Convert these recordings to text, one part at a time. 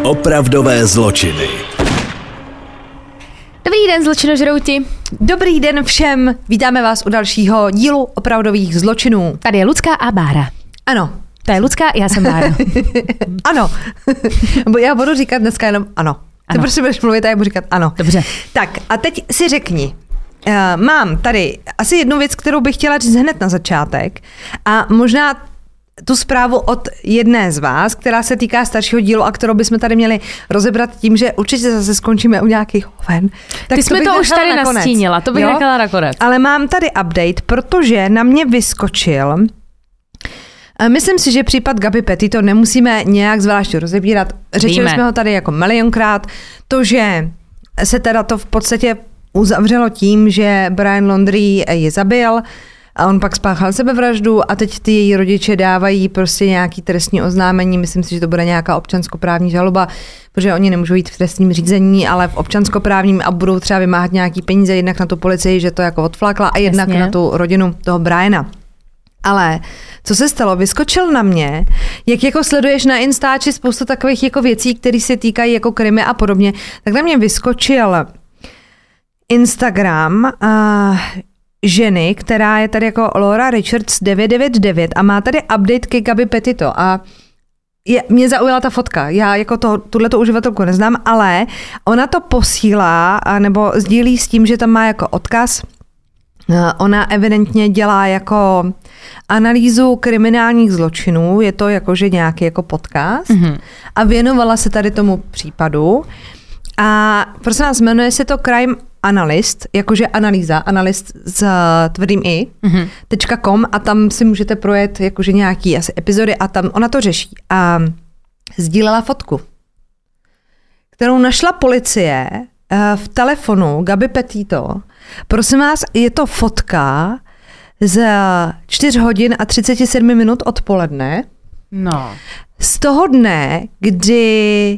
Opravdové zločiny. Dobrý den, zločinožrouti. Dobrý den všem. Vítáme vás u dalšího dílu Opravdových zločinů. Tady je Lucka a Bára. Ano. To je Lucka, já jsem Bára. Ano. Já budu říkat dneska jenom ano. Ty prostě budeš mluvit a já budu říkat ano. Dobře. Tak a teď si řekni. Mám tady asi jednu věc, kterou bych chtěla říct hned na začátek a možná tu zprávu od jedné z vás, která se týká staršího dílu a kterou bychom tady měli rozebrat tím, že určitě zase skončíme u nějakých hoven. Tak ty jsme to už tady nastínila, to bych nechala nakonec. Ale mám tady update, protože na mě vyskočil. Myslím si, že případ Gabi Petito nemusíme nějak zvláště rozebírat. Řečili jsme ho tady jako milionkrát. To, že se teda to v podstatě uzavřelo tím, že Brian Laundrie ji zabil a on pak spáchal sebevraždu a teď ty její rodiče dávají prostě nějaký trestní oznámení. Myslím si, že to bude nějaká občanskoprávní žaloba, protože oni nemůžou jít v trestním řízení, ale v občanskoprávním a budou třeba vymáhat nějaký peníze jednak na tu policii, že to jako odflakla a jednak na tu rodinu toho Briana. Ale co se stalo? Vyskočil na mě, jak jako sleduješ na Instači spoustu takových jako věcí, které se týkají jako krimi a podobně, tak na mě vyskočil Instagram ženy, která je tady jako Laura Richards 999 a má tady update ke Gabi Petito a mě zaujala ta fotka. Já jako tuhleto uživatelku neznám, ale ona to posílá nebo sdílí s tím, že tam má jako odkaz. Ona evidentně dělá jako analýzu kriminálních zločinů, je to jakože nějaký jako podcast a věnovala se tady tomu případu a prosím vás, jmenuje se to Crime Analyst, jakože analyst s tvrdým i.com a tam si můžete projet jakože nějaký asi epizody a tam ona to řeší a sdílela fotku, kterou našla policie v telefonu Gabi Petito. Prosím vás, je to fotka z 4 hodin a 37 minut odpoledne. No. Z toho dne, kdy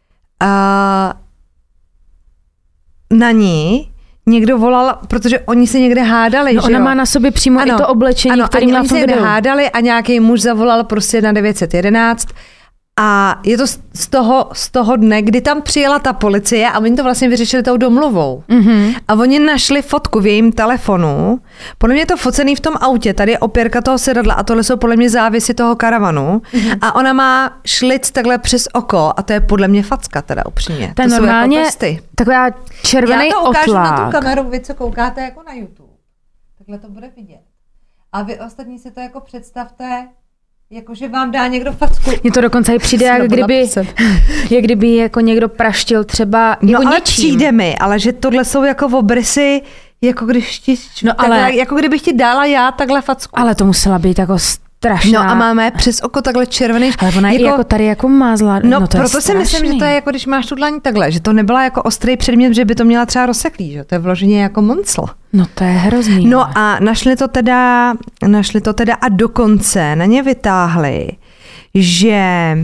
na ní někdo volal, protože oni se někde hádali, no, že ona jo? má na sobě přímo i to oblečení, který má v tom videu. Hádali a nějaký muž zavolal prostě na 911 a je to z toho dne, kdy tam přijela ta policie a oni to vlastně vyřešili tou domluvou. A oni našli fotku v jejím telefonu. Podle mě je to focený v tom autě. Tady je opěrka toho sedadla a tohle jsou podle mě závisy toho karavanu. A ona má šlic takhle přes oko a to je podle mě facka teda upřímně. To je normálně jako taková červený otlak. Já to ukážu na tu kameru, vy co koukáte jako na YouTube. Takhle to bude vidět. A vy ostatní si to jako představte, jakože vám dá někdo facku. Mně to dokonce i přijde, jak kdyby jako někdo praštil třeba no ale něčím. Přijde mi, ale že tohle jsou jako obrysy, jako když ti, jako kdybych ti dala já takhle facku. Ale to musela být jako strašná. No a máme přes oko takhle červený. Ale ona jako tady jako mázla. No to proto si myslím, že to je jako když máš tu dlaň takhle, že to nebyla jako ostrý předmět, že by to měla třeba rozseklý, že to je vloženě jako moncl. No to je hrozný. No a našli to teda a dokonce na ně vytáhli, že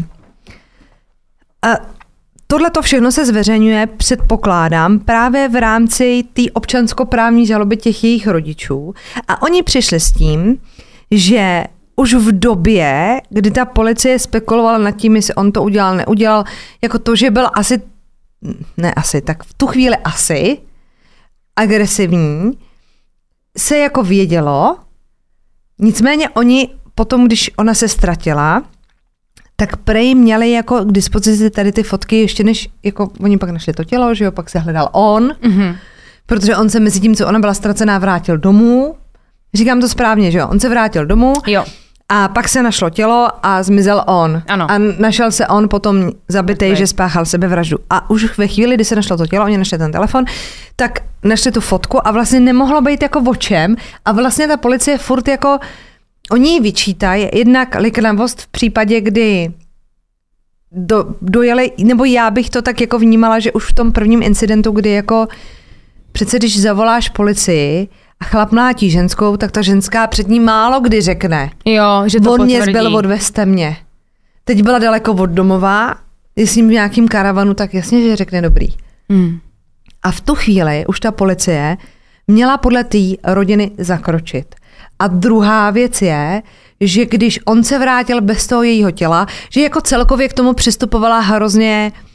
tohle to všechno se zveřejňuje, předpokládám, právě v rámci té občanskoprávní žaloby těch jejich rodičů a oni přišli s tím, že už v době, kdy ta policie spekulovala nad tím, jestli on to udělal, neudělal, jako to, že byl tak v tu chvíli asi agresivní, se jako vědělo, nicméně oni potom, když ona se ztratila, tak prej měli jako k dispozici tady ty fotky ještě než, jako oni pak našli to tělo, že jo, pak se hledal on, protože on se mezi tím, co ona byla ztracená, vrátil domů. Říkám to správně, že jo, on se vrátil domů. Jo. A pak se našlo tělo a zmizel on. Ano. A našel se on potom zabitej, že spáchal sebevraždu. A už ve chvíli, kdy se našlo to tělo, oni našli ten telefon, tak našli tu fotku a vlastně nemohlo být jako o čem. A vlastně ta policie furt jako, oni ji vyčítají, jednak liknavost v případě, kdy dojeli, nebo já bych to tak jako vnímala, že už v tom prvním incidentu, kdy jako přece když zavoláš policii a chlap mlátí ženskou, tak ta ženská před ní málo kdy řekne. Jo, že to on mě zbyl, odvezte mě. Teď byla daleko od domova, je s ním v nějakým karavanu, tak jasně, že řekne dobrý. A v tu chvíli už ta policie měla podle té rodiny zakročit. A druhá věc je, že když on se vrátil bez toho jejího těla, že jako celkově k tomu přistupovala hrozně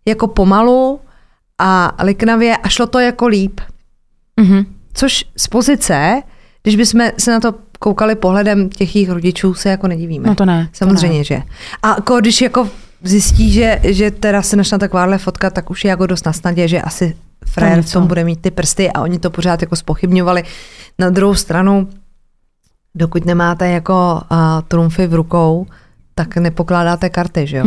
jako pomalu a liknavě a šlo to jako líp. Mm-hmm. Což z pozice, když bychom se na to koukali pohledem těch jejich rodičů, se jako nedivíme. No to ne. Samozřejmě, to ne. že. A jako když jako zjistí, že teda se našla takováhle fotka, tak už je jako dost na snadě, že asi frajer v tom bude mít ty prsty a oni to pořád jako zpochybňovali. Na druhou stranu, dokud nemáte jako trumfy v rukou, tak nepokládáte karty, že jo?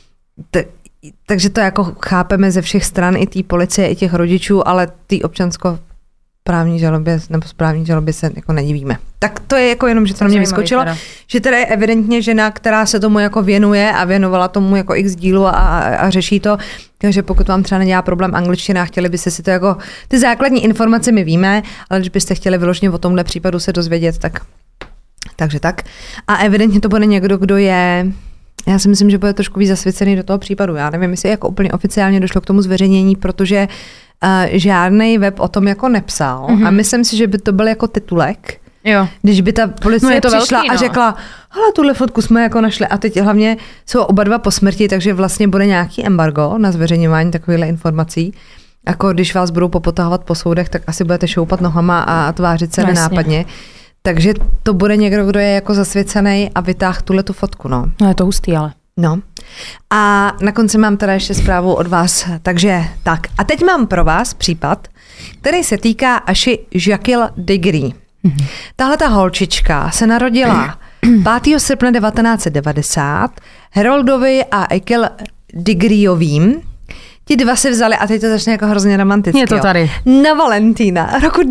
Takže to jako chápeme ze všech stran, i té policie, i těch rodičů, ale té občanskoprávní žalobě nebo správní žalobě se jako nedivíme. Tak to je jako jenom, že to na mě vyskočilo, že teda je evidentně žena, která se tomu jako věnuje a věnovala tomu jako x dílu a řeší to, takže pokud vám třeba nedělá problém angličtina a chtěli byste si to jako, ty základní informace my víme, ale když byste chtěli vyloženě o tomhle případu se dozvědět, takže tak. A evidentně to bude někdo, kdo je, já si myslím, že bude trošku víc zasvěcený do toho případu. Já nevím, jestli jako úplně oficiálně došlo k tomu zveřejnění, protože žádný web o tom jako nepsal. A myslím si, že by to byl jako titulek. Jo. Když by ta policie přišla velký, no. A řekla, hele, tuhle fotku jsme jako našli a teď hlavně jsou oba dva po smrti, takže vlastně bude nějaký embargo na zveřejňování takovýchhle informací. Jako když vás budou popotahovat po soudech, tak asi budete šoupat nohama a tvářit se nenápadně. Takže to bude někdo, kdo je jako zasvěcený a vytáhl tuhle tu fotku, no. No je to hustý, ale. No. A na konci mám teda ještě zprávu od vás, takže tak. A teď mám pro vás případ, který se týká Ashi Jacqueline Degree. Tahle ta holčička se narodila 5. srpna 1990 Haroldovi a Eichel Degreeovým. Ti dva se vzali, a teď to začne jako hrozně romanticky. Je to tady. Na Valentína, roku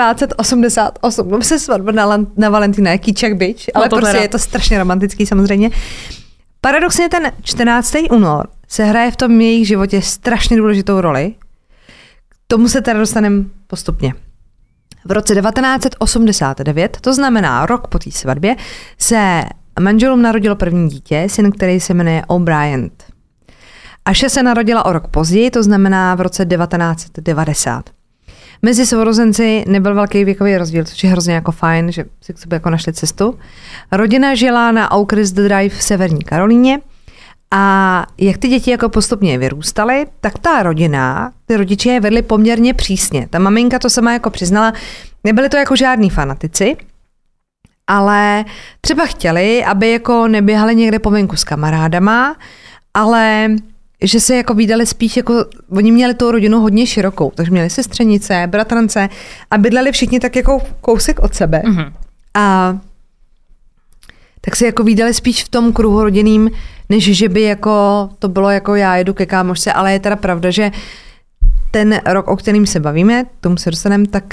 1988. No se svatba na Valentína, je kýčak bič, ale prostě teda. Je to strašně romantický samozřejmě. Paradoxně ten 14. únor se hraje v tom jejich životě strašně důležitou roli. K tomu se teda dostaneme postupně. V roce 1989, to znamená rok po té svatbě, se manželům narodilo první dítě, syn, který se jmenuje O'Brien. Aše se narodila o rok později, to znamená v roce 1990. Mezi sourozenci nebyl velký věkový rozdíl, což je hrozně jako fajn, že si k sobě jako našli cestu. Rodina žila na Oak Ridge Drive v Severní Karolíně a jak ty děti jako postupně vyrůstaly, tak ta rodina, ty rodiče je vedli poměrně přísně. Ta maminka to sama jako přiznala, nebyli to jako žádní fanatici, ale třeba chtěli, aby jako neběhali někde po venku s kamarádama, ale že se jako vídali spíš jako, oni měli tu rodinu hodně širokou, takže měli sestřenice, bratrance a bydleli všichni tak jako kousek od sebe. A tak se jako vídali spíš v tom kruhu rodinným, než že by jako to bylo jako já jedu ke kámošce, ale je teda pravda, že ten rok, o kterým se bavíme, tomu se dostaneme, tak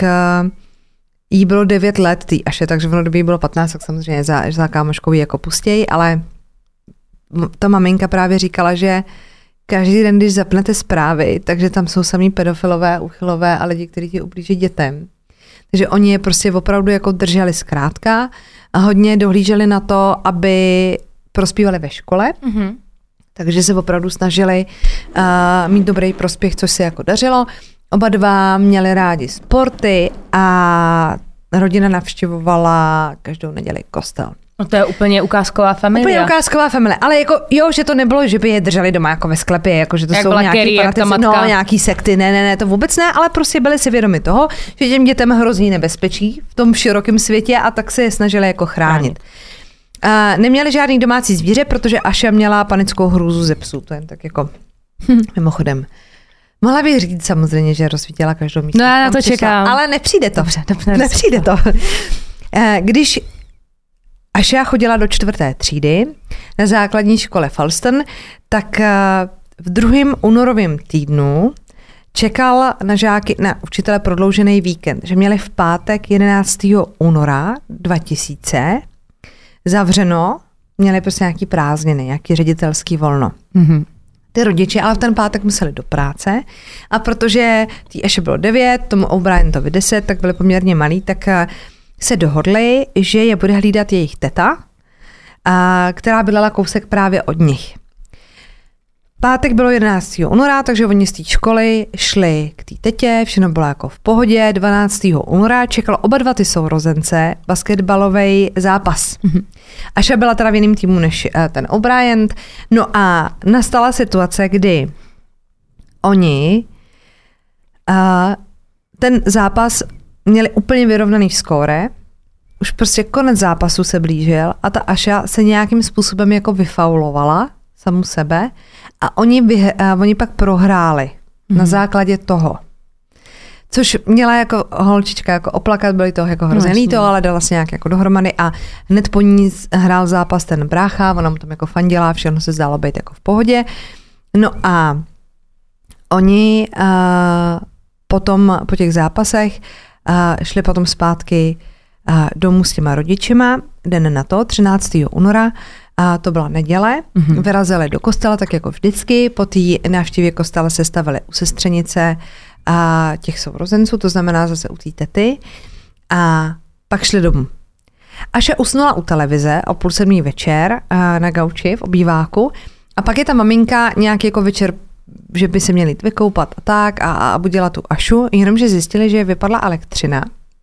jí bylo 9 let tý Aše, takže ono kdyby jí bylo 15, tak samozřejmě za kámoškou jí jako pustěj, ale ta maminka právě říkala, že každý den, když zapnete zprávy, takže tam jsou samý pedofilové, úchylové a lidi, kteří ti ublíží dětem. Takže oni je prostě opravdu jako drželi zkrátka a hodně dohlíželi na to, aby prospívali ve škole. Takže se opravdu snažili mít dobrý prospěch, což se jako dařilo. Oba dva měli rádi sporty a rodina navštěvovala každou neděli kostel. No to je úplně ukázková familie. Úplně ukázková familie, ale jako jo, že to nebylo, že by je drželi doma jako ve sklepě, jako že to jak jsou nějaký fanatici, no nějaký sekty, ne, to vůbec ne, ale prostě byli si vědomi toho, že těm dětem hrozí nebezpečí v tom širokém světě a tak se je snažili jako chránit. Neměli žádný domácí zvíře, protože Aša měla panickou hrůzu ze psů, to jen tak jako mimochodem. Mohla bych říct samozřejmě, že rozsvítila každou místnost. No já na to čekám. Ale nepřijde to. Dobře, nepřijde to. Když Aša chodila do 4. třídy na základní škole Falston, tak v 2. únorovém týdnu čekal na žáky, na učitele prodloužený víkend, že měli v pátek 11. února 2000 zavřeno, měli prostě nějaký prázdniny, nějaký ředitelský volno. Ty rodiče ale v ten pátek museli do práce a protože tý Aše bylo 9, tomu O'Brienovi 10, tak byli poměrně malí, tak se dohodli, že je bude hlídat jejich teta, která bydlela kousek právě od nich. Pátek bylo 11. února, takže oni z té školy šli k té tetě, všechno bylo jako v pohodě. 12. února čekal oba dva ty sourozence basketbalový zápas. Aša byla teda v jiném týmu než ten O'Brien. No a nastala situace, kdy oni ten zápas měli úplně vyrovnaný skóre, už prostě konec zápasu se blížil a ta Aša se nějakým způsobem jako vyfaulovala samu sebe a oni pak prohráli na základě toho. Což měla jako holčička jako oplakat, byly to jako hrozně líto, ale dala se nějak jako dohromady a hned po ní hrál zápas ten brácha, ona mu tam jako fandila, všechno se zdálo být jako v pohodě. No a oni potom po těch zápasech šli potom zpátky domů s těma rodičima, den na to, 13. února, a to byla neděle, vyrazili do kostela, tak jako vždycky, po té návštěvě kostela se stavili u sestřenice a těch sourozenců, to znamená zase u té tety, a pak šli domů. Aša usnula u televize o 6:30 večer na gauči v obýváku a pak je ta maminka nějaký jako večer, že by se měli jít vykoupat a tak a budila tu Ašu, jenomže zjistili, že vypadla elektřina.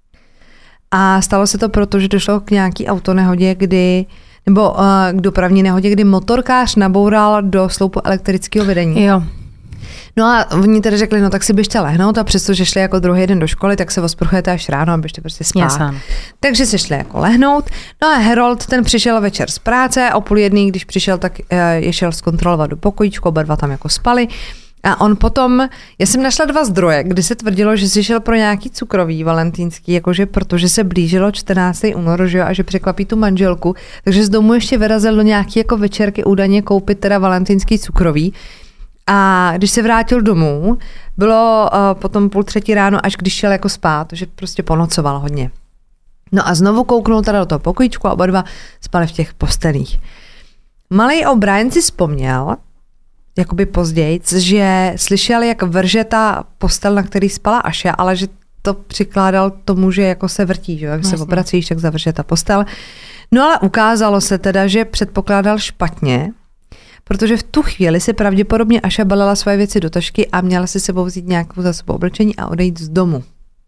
A stalo se to proto, že došlo k nějaký autonehodě, nebo k dopravní nehodě, kdy motorkář naboural do sloupu elektrického vedení. Jo. No a oni tedy řekli, no tak si běžte lehnout a přestože šli jako druhý den do školy, tak se osprchujete až ráno a běžte prostě spát. Jasán. Takže se šli jako lehnout. No a Harold ten přišel večer z práce, o 12:30, když přišel, tak je šel zkontrolovat do pokojíčku, oba dva tam jako spali. A on potom, já jsem našla 2 zdroje, kdy se tvrdilo, že si šel pro nějaký cukrový valentýnský, jakože protože se blížilo 14. únor, že jo, a že překvapí tu manželku, takže z domu ještě vyrazil do nějaký jako večerky údajně koupit teda valentýnský cukrový. A když se vrátil domů, bylo potom 2:30 ráno, až když šel jako spát, že prostě ponocoval hodně. No a znovu kouknul teda do toho pokojíčku a oba dva spali v těch postelích. Malej O'Brien si vzpomněl, jakoby později, že slyšel, jak vrže ta postel, na který spala Aša, ale že to přikládal tomu, že jako se vrtí, že jak se obracíš, tak zavrže ta postel. No ale ukázalo se teda, že předpokládal špatně, protože v tu chvíli si pravděpodobně Aša balila svoje věci do tašky a měla si sebou vzít nějakou zásobu oblečení a odejít z domu.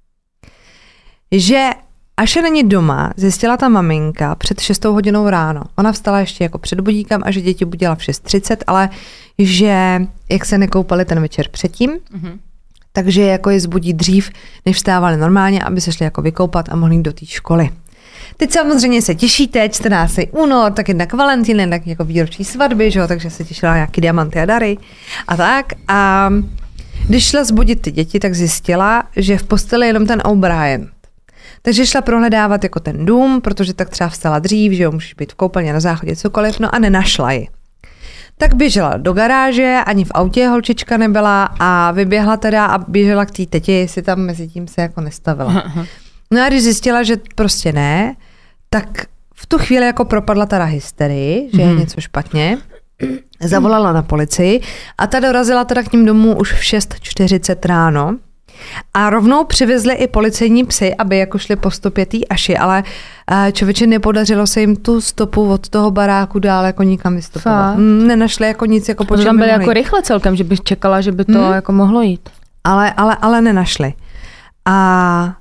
Že Aša není doma, zjistila ta maminka před 6 hodinou ráno. Ona vstala ještě jako před budíkem a že děti budila v 6:30, ale že jak se nekoupali ten večer předtím, takže jako je zbudí dřív, než vstávali normálně, aby se šli jako vykoupat a mohli jít do té školy. Teď samozřejmě se těšíte, 14. únor, tak jednak Valentín, jednak jako výročí svatby, že jo, takže se těšila na nějaký diamanty a dary a tak. A když šla zbudit ty děti, tak zjistila, že v posteli je jenom ten O'Brien. Takže šla prohledávat jako ten dům, protože tak třeba vstala dřív, že jo, můžeš být v koupelně na záchodě, cokoliv, no a nenašla ji. Tak běžela do garáže, ani v autě holčička nebyla a vyběhla teda a běžela k té tetě, jestli tam mezi tím se jako nestavila. No a když zjistila, že prostě ne, tak v tu chvíli jako propadla teda hysterii, že je něco špatně, zavolala na policii a ta dorazila teda k ním domů už v 6:40 ráno a rovnou přivezli i policejní psy, aby jako šli po stopě té Aši, ale člověče nepodařilo se jim tu stopu od toho baráku dál jako nikam vystupovat. Nenašli jako nic, jako po čem tam byly jako rychle celkem, že bych čekala, že by to jako mohlo jít. Ale nenašli. A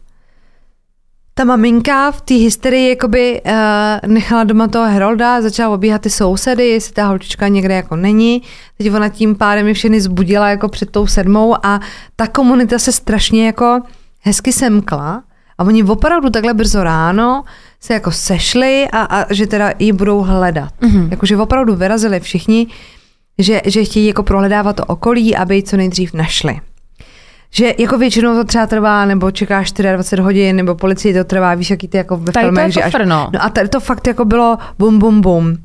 ta maminka v té hysterii jakoby nechala doma toho Harolda, začala obíhat ty sousedy, jestli ta holčička někde jako není. Teď ona tím pádem je všechny zbudila jako před tou 7 a ta komunita se strašně jako hezky semkla a oni opravdu takhle brzo ráno se jako sešli a že teda ji budou hledat. Jakože opravdu vyrazili všichni, že chtějí jako prohledávat to okolí, aby ji co nejdřív našli. Že jako většinou to třeba trvá, nebo čekáš 24 hodin, nebo policii to trvá, víš, jaký ty jako ve filmech, že až... No a tady to fakt jako bylo bum, bum, bum.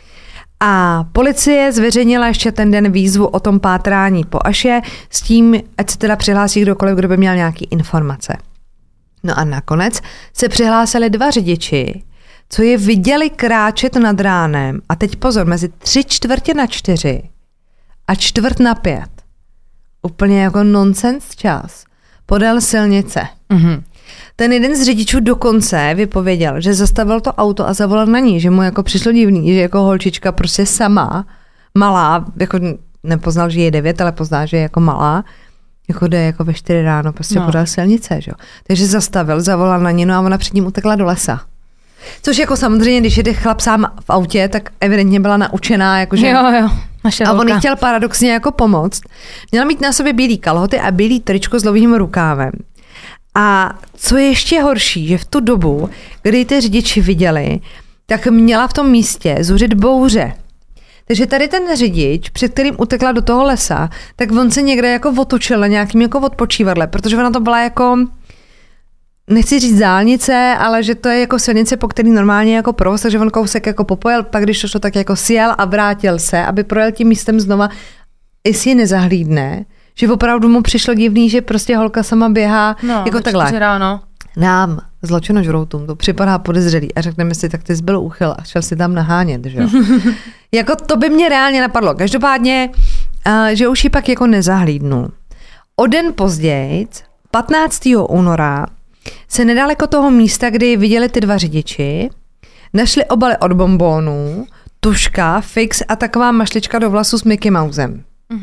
A policie zveřejnila ještě ten den výzvu o tom pátrání po Aše s tím, ať se teda přihlásí kdokoliv, kdo by měl nějaký informace. No a nakonec se přihlásili 2 řidiči, co je viděli kráčet nad ránem a teď pozor, mezi 3/4 a 4:45. Úplně jako nonsens čas. Podél silnice. Ten jeden z řidičů dokonce vypověděl, že zastavil to auto a zavolal na ní, že mu jako přišlo divný, že jako holčička prostě sama, malá, jako nepoznal, že je 9, ale pozná, že je jako malá, jako jde jako ve 4 ráno prostě podél silnice, že jo. Takže zastavil, zavolal na ní, no a ona před ním utekla do lesa. Což jako samozřejmě, když jede chlap sám v autě, tak evidentně byla naučená, jakože... Jo. Naše a on holka. jí chtěl paradoxně jako pomoct. Měla mít na sobě bílý kalhoty a bílý tričko s dlouhým rukávem. A co je ještě horší, že v tu dobu, kdy ty řidiči viděli, tak měla v tom místě zuřit bouře. Takže tady ten řidič, před kterým utekla do toho lesa, tak on se někde jako otočil na nějakým jako odpočívadle, protože ona to byla jako, nechci říct dálnice, ale že to je jako silnice, po který normálně jako provoz, takže on kousek jako popojel, pak když to šlo, tak jako sjel a vrátil se, aby projel tím místem znova, jestli je nezahlídne, že opravdu mu přišlo divný, že prostě holka sama běhá jako takhle. Ráno. Nám, zločinožroutům, to připadá podezřelý a řekneme si, tak ty jsi byl úchyl a šel si tam nahánět, že jo. Jako to by mě reálně napadlo. Každopádně, že už ji pak jako nezahlídnul. O den později, 15. února, se nedaleko toho místa, kdy viděli ty dva řidiči, našli obaly od bonbónů, tuška, fix a taková mašlička do vlasů s Mickey Mousem.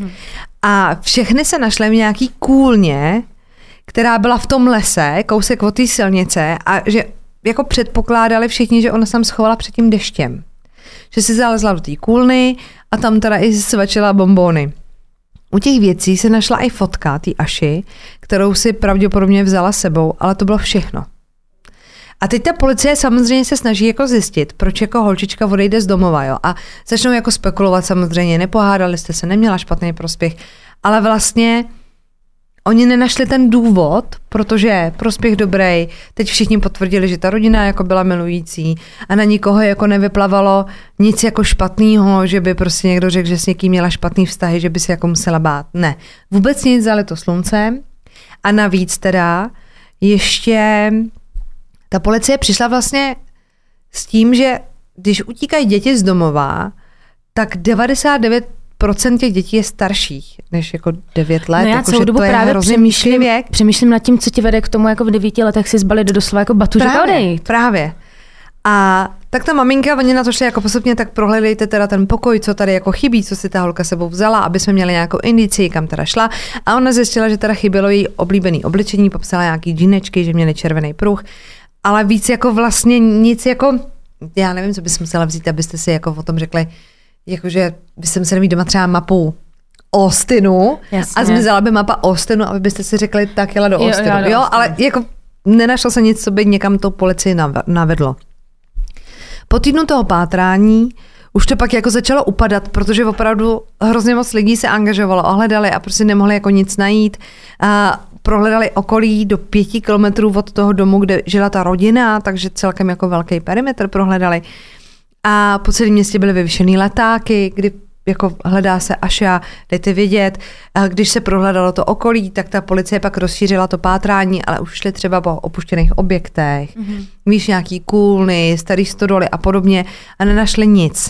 A všechny se našly v nějaký kůlně, která byla v tom lese, kousek od té silnice a že jako předpokládali všichni, že ona se tam schovala před tím deštěm. Že si zalezla do té kůlny a tam teda i svačila bonbóny. U těch věcí se našla i fotka té Aši, kterou si pravděpodobně vzala sebou, ale to bylo všechno. A teď ta policie samozřejmě se snaží jako zjistit, proč jako holčička odejde z domova, jo? A začnou jako spekulovat samozřejmě, nepohádali jste se, neměla špatný prospěch, ale vlastně oni nenašli ten důvod, protože prospěch dobrý, teď všichni potvrdili, že ta rodina jako byla milující a na nikoho jako nevyplavalo nic jako špatného, že by prostě někdo řekl, že s někým měla špatný vztahy, že by se jako musela bát. Ne, vůbec nic, zalito sluncem a navíc teda ještě ta policie přišla vlastně s tím, že když utíkají děti z domova, tak 99% těch dětí je starších než jako 9 let. No já jako, celou dobu právě přemýšlím nad tím, co ti vede k tomu, jako v 9 letech si zbalit do doslova jako batužek odejít. Právě. A tak ta maminka, oni na to šli jako postupně, tak prohledejte teda ten pokoj, co tady jako chybí, co si ta holka sebou vzala, aby jsme měli nějakou indici, kam teda šla. A ona zjistila, že teda chybělo její oblíbený oblečení, popsala nějaký džínečky, že měly červený pruh, ale víc jako vlastně nic jako, já nevím, co bys musela vzít, abyste si jako o tom řekli, jakože byste museli mít doma třeba mapu Austinu. Jasně. A zmizela by mapa Austinu, aby byste si řekli, tak jela do Austinu. Jo, ale jako nenašlo se nic, co by někam to policii navedlo. Po týdnu toho pátrání už to pak jako začalo upadat, protože opravdu hrozně moc lidí se angažovalo, ohledali a prostě nemohli jako nic najít. A prohledali okolí do 5 kilometrů od toho domu, kde žila ta rodina, takže celkem jako velký perimetr prohledali. A po celém městě byly vyvěšený letáky, kdy jako hledá se Aša, dejte vědět. A když se prohledalo to okolí, tak ta policie pak rozšířila to pátrání, ale už šli třeba po opuštěných objektech, víš, nějaký kůlny, starý stodoly a podobně a nenašli nic.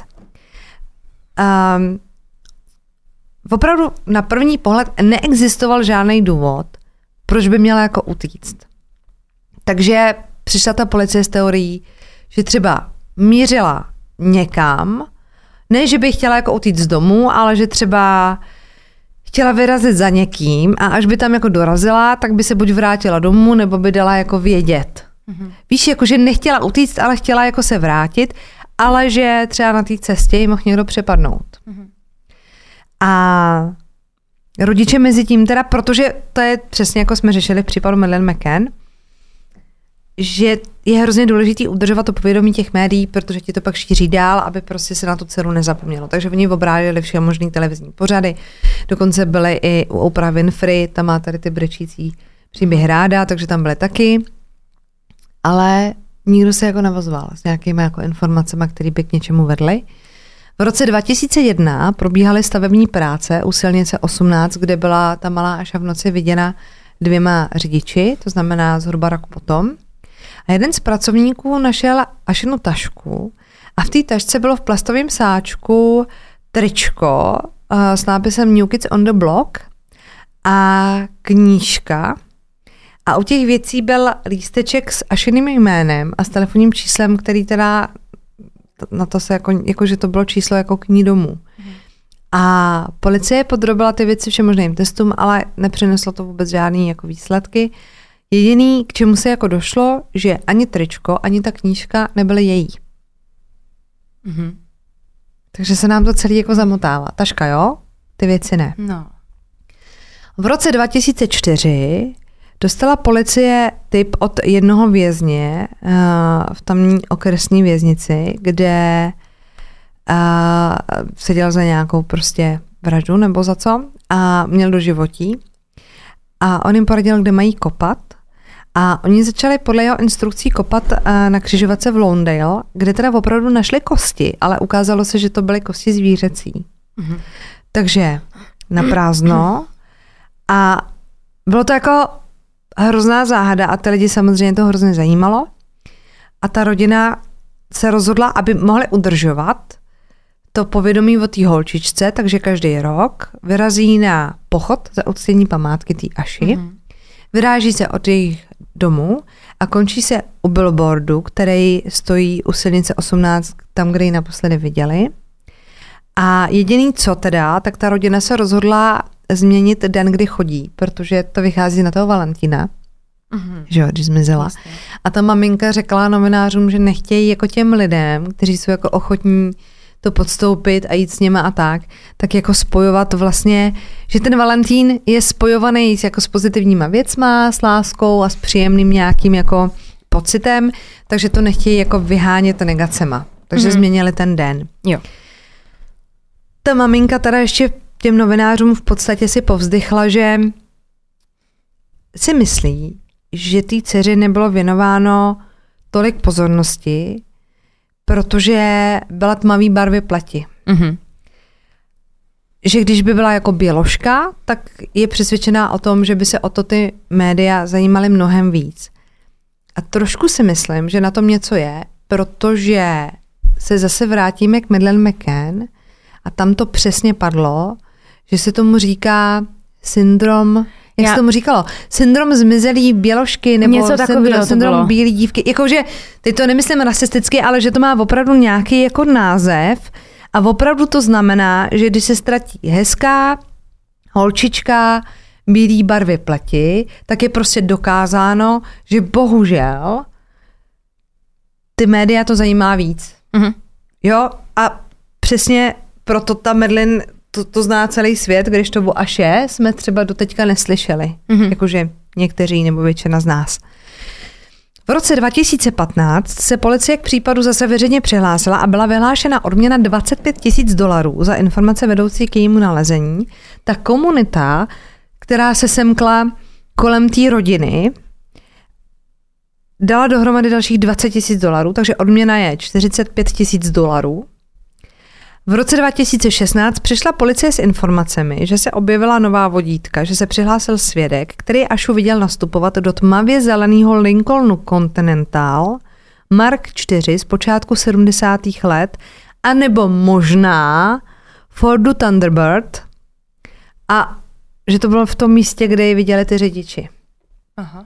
Opravdu na první pohled neexistoval žádný důvod, proč by měla jako utíct. Takže přišla ta policie s teorií, že třeba mířila někam, ne, že by chtěla jako utíct z domu, ale že třeba chtěla vyrazit za někým a až by tam jako dorazila, tak by se buď vrátila domů, nebo by dala jako vědět. Víš, jako že nechtěla utíct, ale chtěla jako se vrátit, ale že třeba na té cestě jí mohl někdo přepadnout. A rodiče mezi tím teda, protože to je přesně jako jsme řešili v případu Madeleine McCann, že je hrozně důležitý udržovat to povědomí těch médií, protože ti to pak šíří dál, aby prostě se na tu dceru nezapomnělo. Takže oni obráželi všechny možný televizní pořady, dokonce byly i u Oprah Winfrey, tam má tady ty brečící příběhy ráda, takže tam byly taky, ale nikdo se jako navazoval s nějakými jako informacemi, které by k něčemu vedly. V roce 2001 probíhaly stavební práce u silnice 18, kde byla ta malá Aša v noci viděna 2 řidiči, to znamená zhruba rok potom. A jeden z pracovníků našel Ašinu tašku a v té tašce bylo v plastovém sáčku tričko s nápisem New Kids on the Block a knížka. A u těch věcí byl lísteček s Ašiným jménem a s telefonním číslem, který teda na to se jako že to bylo číslo jako k ní domů. A policie podrobila ty věci všem možným testům, ale nepřineslo to vůbec žádný jako výsledky. Jediný, k čemu se jako došlo, že ani tričko, ani ta knížka nebyly její. Takže se nám to celý jako zamotává. Taška, jo? Ty věci ne. No. V roce 2004 dostala policie tip od jednoho vězně v tamní okresní věznici, kde seděl za nějakou prostě vraždu nebo za co a měl doživotí. A on jim poradil, kde mají kopat. A oni začali podle jeho instrukcí kopat na křižovatce v Lawndale, kde teda opravdu našli kosti, ale ukázalo se, že to byly kosti zvířecí. Mm-hmm. Takže na prázdno. A bylo to jako hrozná záhada a ty lidi samozřejmě to hrozně zajímalo. A ta rodina se rozhodla, aby mohli udržovat to povědomí o té holčičce, takže každý rok vyrazí na pochod za uctění památky té Aši. Mm-hmm. Vyráží se od jejich domů a končí se u billboardu, který stojí u silnice 18, tam, kde ji naposledy viděli. A jediný co teda, tak ta rodina se rozhodla změnit den, kdy chodí, protože to vychází na toho Valentína, že jo, když zmizela. Vlastně. A ta maminka řekla novinářům, že nechtějí jako těm lidem, kteří jsou jako ochotní to podstoupit a jít s něma a tak jako spojovat vlastně, že ten Valentín je spojovaný jako s pozitivníma věcma, s láskou a s příjemným nějakým jako pocitem, takže to nechtějí jako vyhánět negacema. Takže změnili ten den. Jo. Ta maminka teda ještě těm novinářům v podstatě si povzdychla, že si myslí, že té dceři nebylo věnováno tolik pozornosti, protože byla tmavý barvy pleti. Mm-hmm. Že když by byla jako běložka, tak je přesvědčená o tom, že by se o to ty média zajímaly mnohem víc. A trošku si myslím, že na tom něco je, protože se zase vrátíme k Madeleine McCann a tam to přesně padlo, že se tomu říká syndrom, jak se tomu říkalo? Syndrom zmizelý běložky nebo syndrom bílý dívky. Jakože, teď to nemyslím rasisticky, ale že to má opravdu nějaký jako název a opravdu to znamená, že když se ztratí hezká holčička bílý barvy pleti, tak je prostě dokázáno, že bohužel ty média to zajímá víc. Mm-hmm. Jo? A přesně proto ta Madeleine to zná celý svět, když to o Aše jsme třeba doteďka neslyšeli. Mm-hmm. Jakože někteří nebo většina z nás. V roce 2015 se policie k případu zase veřejně přihlásila a byla vyhlášena odměna $25,000 za informace vedoucí k jejímu nalezení. Ta komunita, která se semkla kolem té rodiny, dala dohromady dalších $20,000, takže odměna je $45,000. V roce 2016 přišla policie s informacemi, že se objevila nová vodítka, že se přihlásil svědek, který Ašu viděl nastupovat do tmavě zeleného Lincolnu Continental Mark IV z počátku 70. let, anebo možná Fordu Thunderbird a že to bylo v tom místě, kde ji viděli ty řidiči. Aha.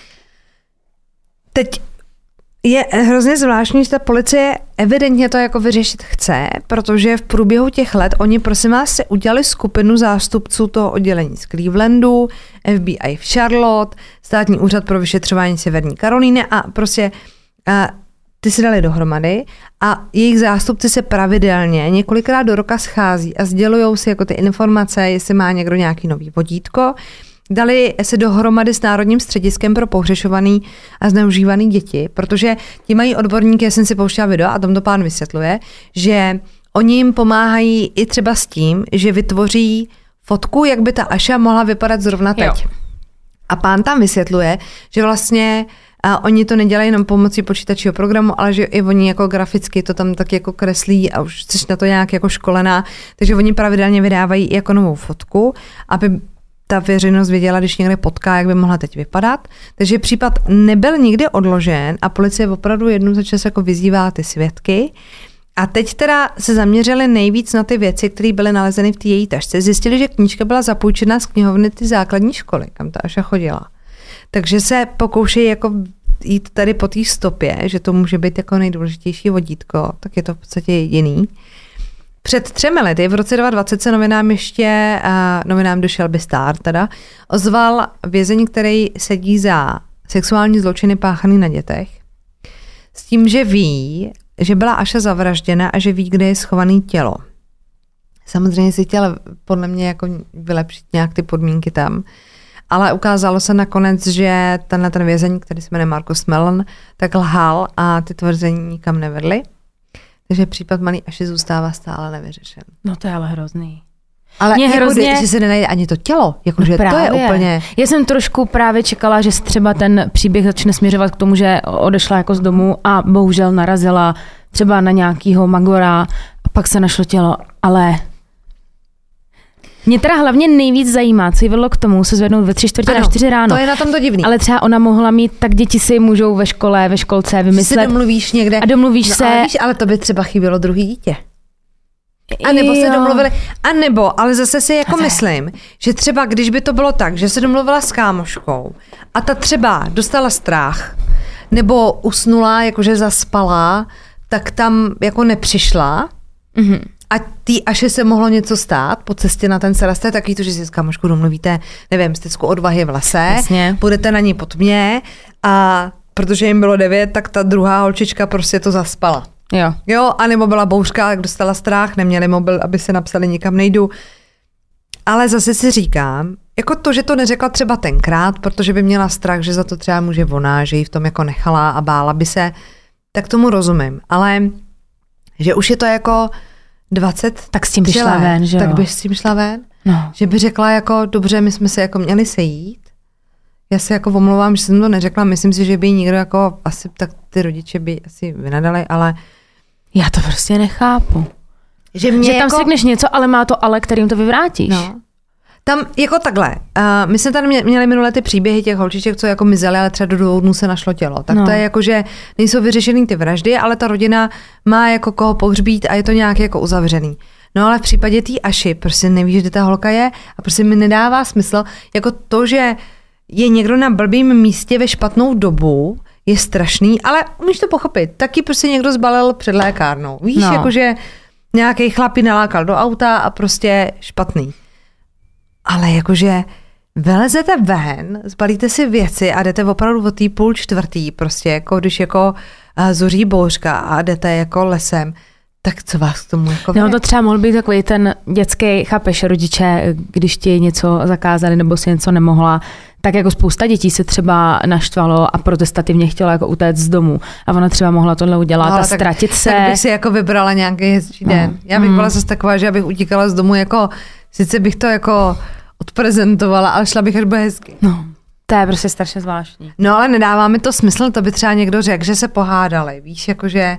Teď je hrozně zvláštní, že ta policie evidentně to jako vyřešit chce, protože v průběhu těch let oni, prosím vás, se udělali skupinu zástupců toho oddělení z Clevelandu, FBI v Charlotte, Státní úřad pro vyšetřování Severní Karolíny a prostě ty si dali dohromady a jejich zástupci se pravidelně několikrát do roka schází a sdělujou si jako ty informace, jestli má někdo nějaký nový vodítko. Dali se dohromady s Národním střediskem pro pohřešovaný a zneužívaný děti, protože ti mají odborníky, já jsem si pouštěla video a tam to pán vysvětluje, že oni jim pomáhají i třeba s tím, že vytvoří fotku, jak by ta Aša mohla vypadat zrovna teď. Jo. A pán tam vysvětluje, že vlastně oni to nedělají jenom pomocí počítačího programu, ale že i oni jako graficky to tam tak jako kreslí a už jsi na to nějak jako školená, takže oni pravidelně vydávají jako novou fotku, aby ta veřejnost věděla, když někde potká, jak by mohla teď vypadat. Takže případ nebyl nikdy odložen a policie opravdu jednou za čas jako vyzývá ty svědky. A teď teda se zaměřili nejvíc na ty věci, které byly nalezeny v té její tašce. Zjistili, že knížka byla zapůjčena z knihovny ty základní školy, kam ta Aša chodila. Takže se pokoušejí jako jít tady po té stopě, že to může být jako nejdůležitější vodítko, tak je to v podstatě jediný. Před 3 lety, v roce 2020 se novinám do Shelby Star teda, ozval vězeň, který sedí za sexuální zločiny páchaný na dětech. S tím, že ví, že byla Aša zavražděna a že ví, kde je schované tělo. Samozřejmě si chtěla podle mě jako vylepšit nějak ty podmínky tam, ale ukázalo se nakonec, že ten vězeň, který se jmenuje Markus Mellon, tak lhal a ty tvrzení nikam nevedly. Takže případ malý Aši zůstává stále nevyřešen. No to je ale hrozný. Ale jako že se nenajde ani to tělo, jakože no to je úplně... Já jsem trošku právě čekala, že třeba ten příběh začne směřovat k tomu, že odešla jako z domu a bohužel narazila třeba na nějakýho magora a pak se našlo tělo, ale... Mě teda hlavně nejvíc zajímá, co jí vedlo k tomu se zvednout ve 3:45 ráno. To je na tom to divný. Ale třeba ona mohla mít, tak děti si můžou ve školce vymyslet. Si domluvíš někde. A domluvíš se. Ale to by třeba chybělo druhý dítě. A nebo se domluvili, a nebo, ale zase si jako myslím, že třeba když by to bylo tak, že se domluvila s kámoškou a ta třeba dostala strach, nebo usnula, jakože zaspala, tak tam jako nepřišla a tý Aši se mohlo něco stát po cestě na ten sraz, to je takový to, že si s kámoškou domluvíte, nevím, stecku odvahy v lese, jasně. Budete na ní pod mě a protože jim bylo 9, tak ta druhá holčička prostě to zaspala. Jo, anebo byla bouřka, jak dostala strach, neměli mobil, aby se napsali nikam nejdu. Ale zase si říkám, jako to, že to neřekla třeba tenkrát, protože by měla strach, že za to třeba může ona, že ji v tom jako nechala a bála by se, tak tomu rozumím. Ale že už je to jako 20 tak s tím by šla ven, že jo? Tak by s tím šla ven? No. Že by řekla jako, dobře, my jsme se jako měli sejít. Já se jako omlouvám, že jsem to neřekla, myslím si, že by nikdo jako, asi tak ty rodiče by asi vynadali, ale já to prostě nechápu. Že tam jako... si řekneš něco, ale má to ale, kterým to vyvrátíš. No. Tam jako takhle, my jsme tady měli minulé ty příběhy těch holčiček, co jako mizely, ale třeba do 2 dnů se našlo tělo. Tak to je jako, že nejsou vyřešený ty vraždy, ale ta rodina má jako koho pohřbít a je to nějak jako uzavřený. No ale v případě té Aši, prostě nevíš, kde ta holka je a prostě mi nedává smysl, jako to, že je někdo na blbým místě ve špatnou dobu, je strašný, ale umíš to pochopit. Taky prostě někdo zbalil před lékárnou. Víš, jakože nějaký chlap ji nalákal do auta a prostě špatný. Ale jakože vylezete ven, zbalíte si věci a jdete opravdu o 3:30, prostě jako když jako zoří bouřka a jdete jako lesem, tak co vás k tomu jako no to třeba mohl být takový ten dětský, chápeš, rodiče, když ti něco zakázali nebo si něco nemohla, tak jako spousta dětí se třeba naštvalo a protestativně chtěla jako utéct z domu. A ona třeba mohla tohle udělat a ztratit se. Tak bych si jako vybrala nějaký hezčí den. Já bych byla zase taková, že abych utíkala z domu jako, sice bych to jako odprezentovala, ale šla bych až bude hezky. No, to je prostě strašně zvláštní. No ale nedává mi to smysl, to by třeba někdo řekl, že se pohádali, víš, jakože...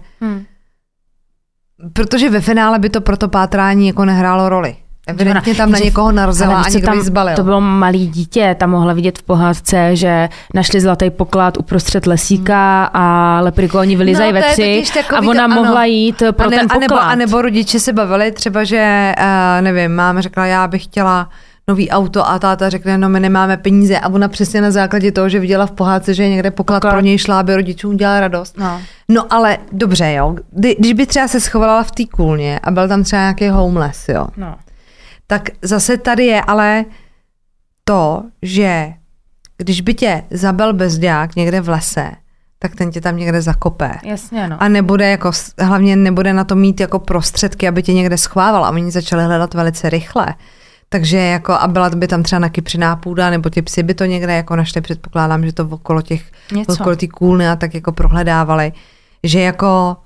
Protože ve finále by to pro to pátrání jako nehrálo roli. Evidentně tam na někoho narazila a někdo ji zbalil. To bylo malý dítě, tam mohla vidět v pohádce, že našli zlatý poklad uprostřed lesíka a leprikoni vylizají ve 3 a ona mohla jít pro ten poklad. A nebo rodiče se bavili třeba, že nevím, máma řekla, já bych chtěla nový auto a táta řekne, no my nemáme peníze a ona přesně na základě toho, že viděla v pohádce, že je někde poklad pro něj šla, aby rodičům udělala radost. No ale dobře, jo, když by třeba se schovala v té kůlně a byl tam třeba nějaký homeless, jo, tak zase tady je ale to, že když by tě zabil bezďák někde v lese, tak ten tě tam někde zakope. Jasně, no. A nebude jako, hlavně nebude na to mít jako prostředky, aby tě někde schvával a oni začali hledat velice rychle. Takže jako, a byla by tam třeba nakypřená půda, nebo ty psy by to někde jako našli, předpokládám, že to okolo té kůlny a tak jako prohledávali, že jako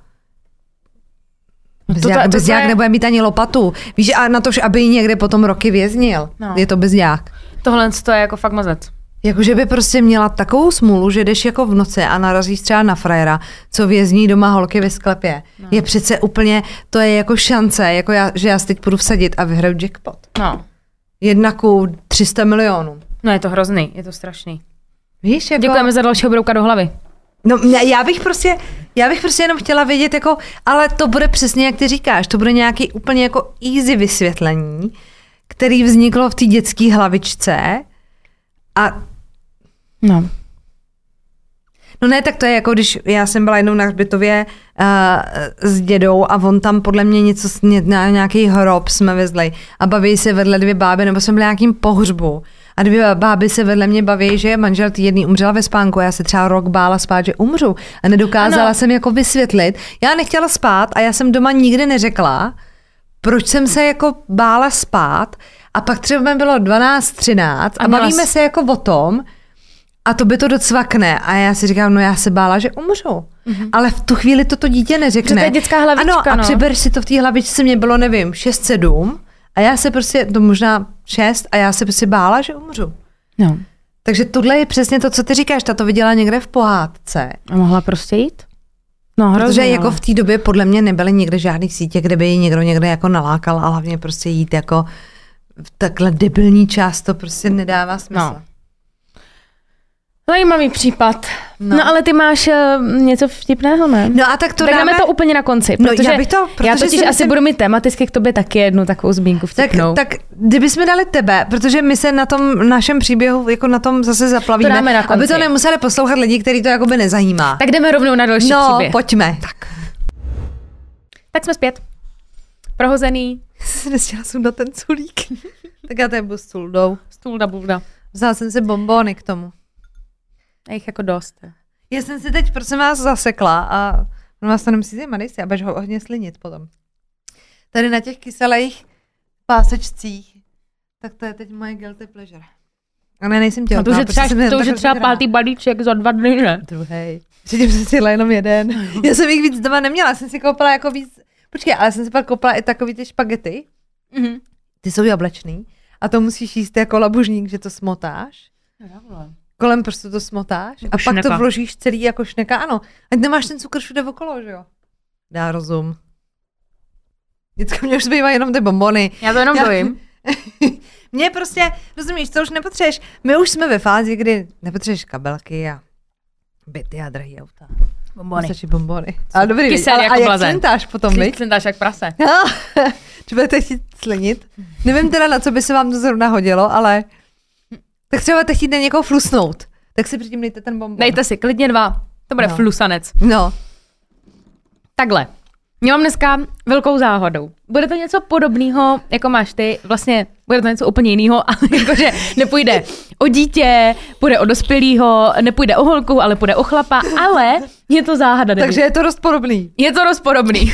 bezďák nebude mít ani lopatu. Víš, a na to, aby ji někde potom roky věznil. Je to bezďák. Tohle to je jako fakt mazec. Jakože by prostě měla takovou smůlu, že jdeš jako v noci a narazíš třeba na frajera, co vězní doma holky ve sklepě. Je přece úplně, to je jako šance, jako že já si teď půjdu vsadit a vyhraju jackpot. 1:300 milionů. No je to hrozný, je to strašný. Víš, jako... Děkujeme za dalšího brouka do hlavy. No já bych prostě jenom chtěla vědět, jako, ale to bude přesně, jak ty říkáš, to bude nějaký úplně jako easy vysvětlení, který vzniklo v té dětské hlavičce a No ne, tak to je jako, když já jsem byla jednou na hřbitově s dědou a on tam podle mě něco, nějaký hrob jsme vezli a baví se vedle 2 báby, nebo jsem byla nějakým pohřbu A dvě báby se vedle mě baví, že manžel jedný umřela ve spánku a já se třeba rok bála spát, že umřu. A nedokázala jsem jako vysvětlit. Já nechtěla spát a já jsem doma nikdy neřekla, proč jsem se jako bála spát. A pak třeba bylo 12, 13 a bavíme se jako o tom, a to by to docvakne. A já si říkám, no já se bála, že umřu. Ale v tu chvíli to dítě neřekne. To je dětská hlavička, ano, a přiber si to v té hlavičce, mě bylo, nevím, 6, 7 a já se prostě, to možná 6 a já se prostě bála, že umřu. No. Takže tohle je přesně to, co ty říkáš, ta to viděla někde v pohádce. A mohla prostě jít? No, hrozně, protože jako v té době podle mě nebyly nikde žádný sítě, kde by ji někdo někde jako nalákal a hlavně prostě jít jako v takhle debilní čas, to prostě nedává smysl. No. Zajímavý případ. No ale ty máš něco vtipného, ne? No a tak to tak dáme to úplně na konci, protože já totiž asi budu mít tematicky k tobě taky jednu takovou zmínku vtipnou. Tak kdybychom dali tebe, protože my se na tom našem příběhu jako na tom zase zaplavíme, aby to nemuseli poslouchat lidi, který to jakoby nezajímá. Tak jdeme rovnou na další příběh. No, pojďme. Tak jsme zpět. Prohozený. Jsem nechtěla sundat ten culík. Tak já tady budu stůldou. Stůlda bulda. Vzala jsem si bonbony k tomu. A jich jako dost. Já jsem si teď, prosím vás, zasekla a vás to nemusí zajímat, nejsi, a budeš ho hodně slinit potom. Tady na těch kyselých pásečcích, tak to je teď moje guilty pleasure. A ne, nejsem těhotná. To už je třeba pátý balíček za 2 dny, ne? Druhej. Předtím jsem si jela jenom jeden. Já jsem jich víc doma neměla, jsem si koupila jako víc. Počkej, ale jsem si pak koupila i takový ty špagety. Mm-hmm. Ty jsou jablečný a to musíš jíst jako labužník, že to smotáš. Kolem prstu to smotáš jako a šneka. Pak to vložíš celý jako šneka, ano. Ať nemáš ten cukr všude okolo, že jo? Dá rozum. Vždycky mě už zbývají jenom ty bonbony. Já to jenom dojím. Mně prostě, rozumíš, to už nepotřebuješ. My už jsme ve fázi, kdy nepotřebuješ kabelky a byty a drahý auta. Bombony. Stačí bonbony. Ale dobrý, Kyselý jako a jak blazen. slintáš potom, viď? Slintáš jak prase. Či budete chtít slinit? Nevím teda, na co by se vám to zrovna hodilo, ale tak třeba budete chtít na někoho flusnout. Tak si předtím dejte ten bonbon. Dejte si klidně 2. To bude flusanec. No. Takhle. Já mám dneska velkou záhadu. Bude to něco podobného, jako máš ty. Vlastně bude to něco úplně jiného, ale jakože nepůjde o dítě, půjde o dospělýho, nepůjde o holku, ale půjde o chlapa, ale je to záhada. Takže je to dost podobný. Je to dost podobný.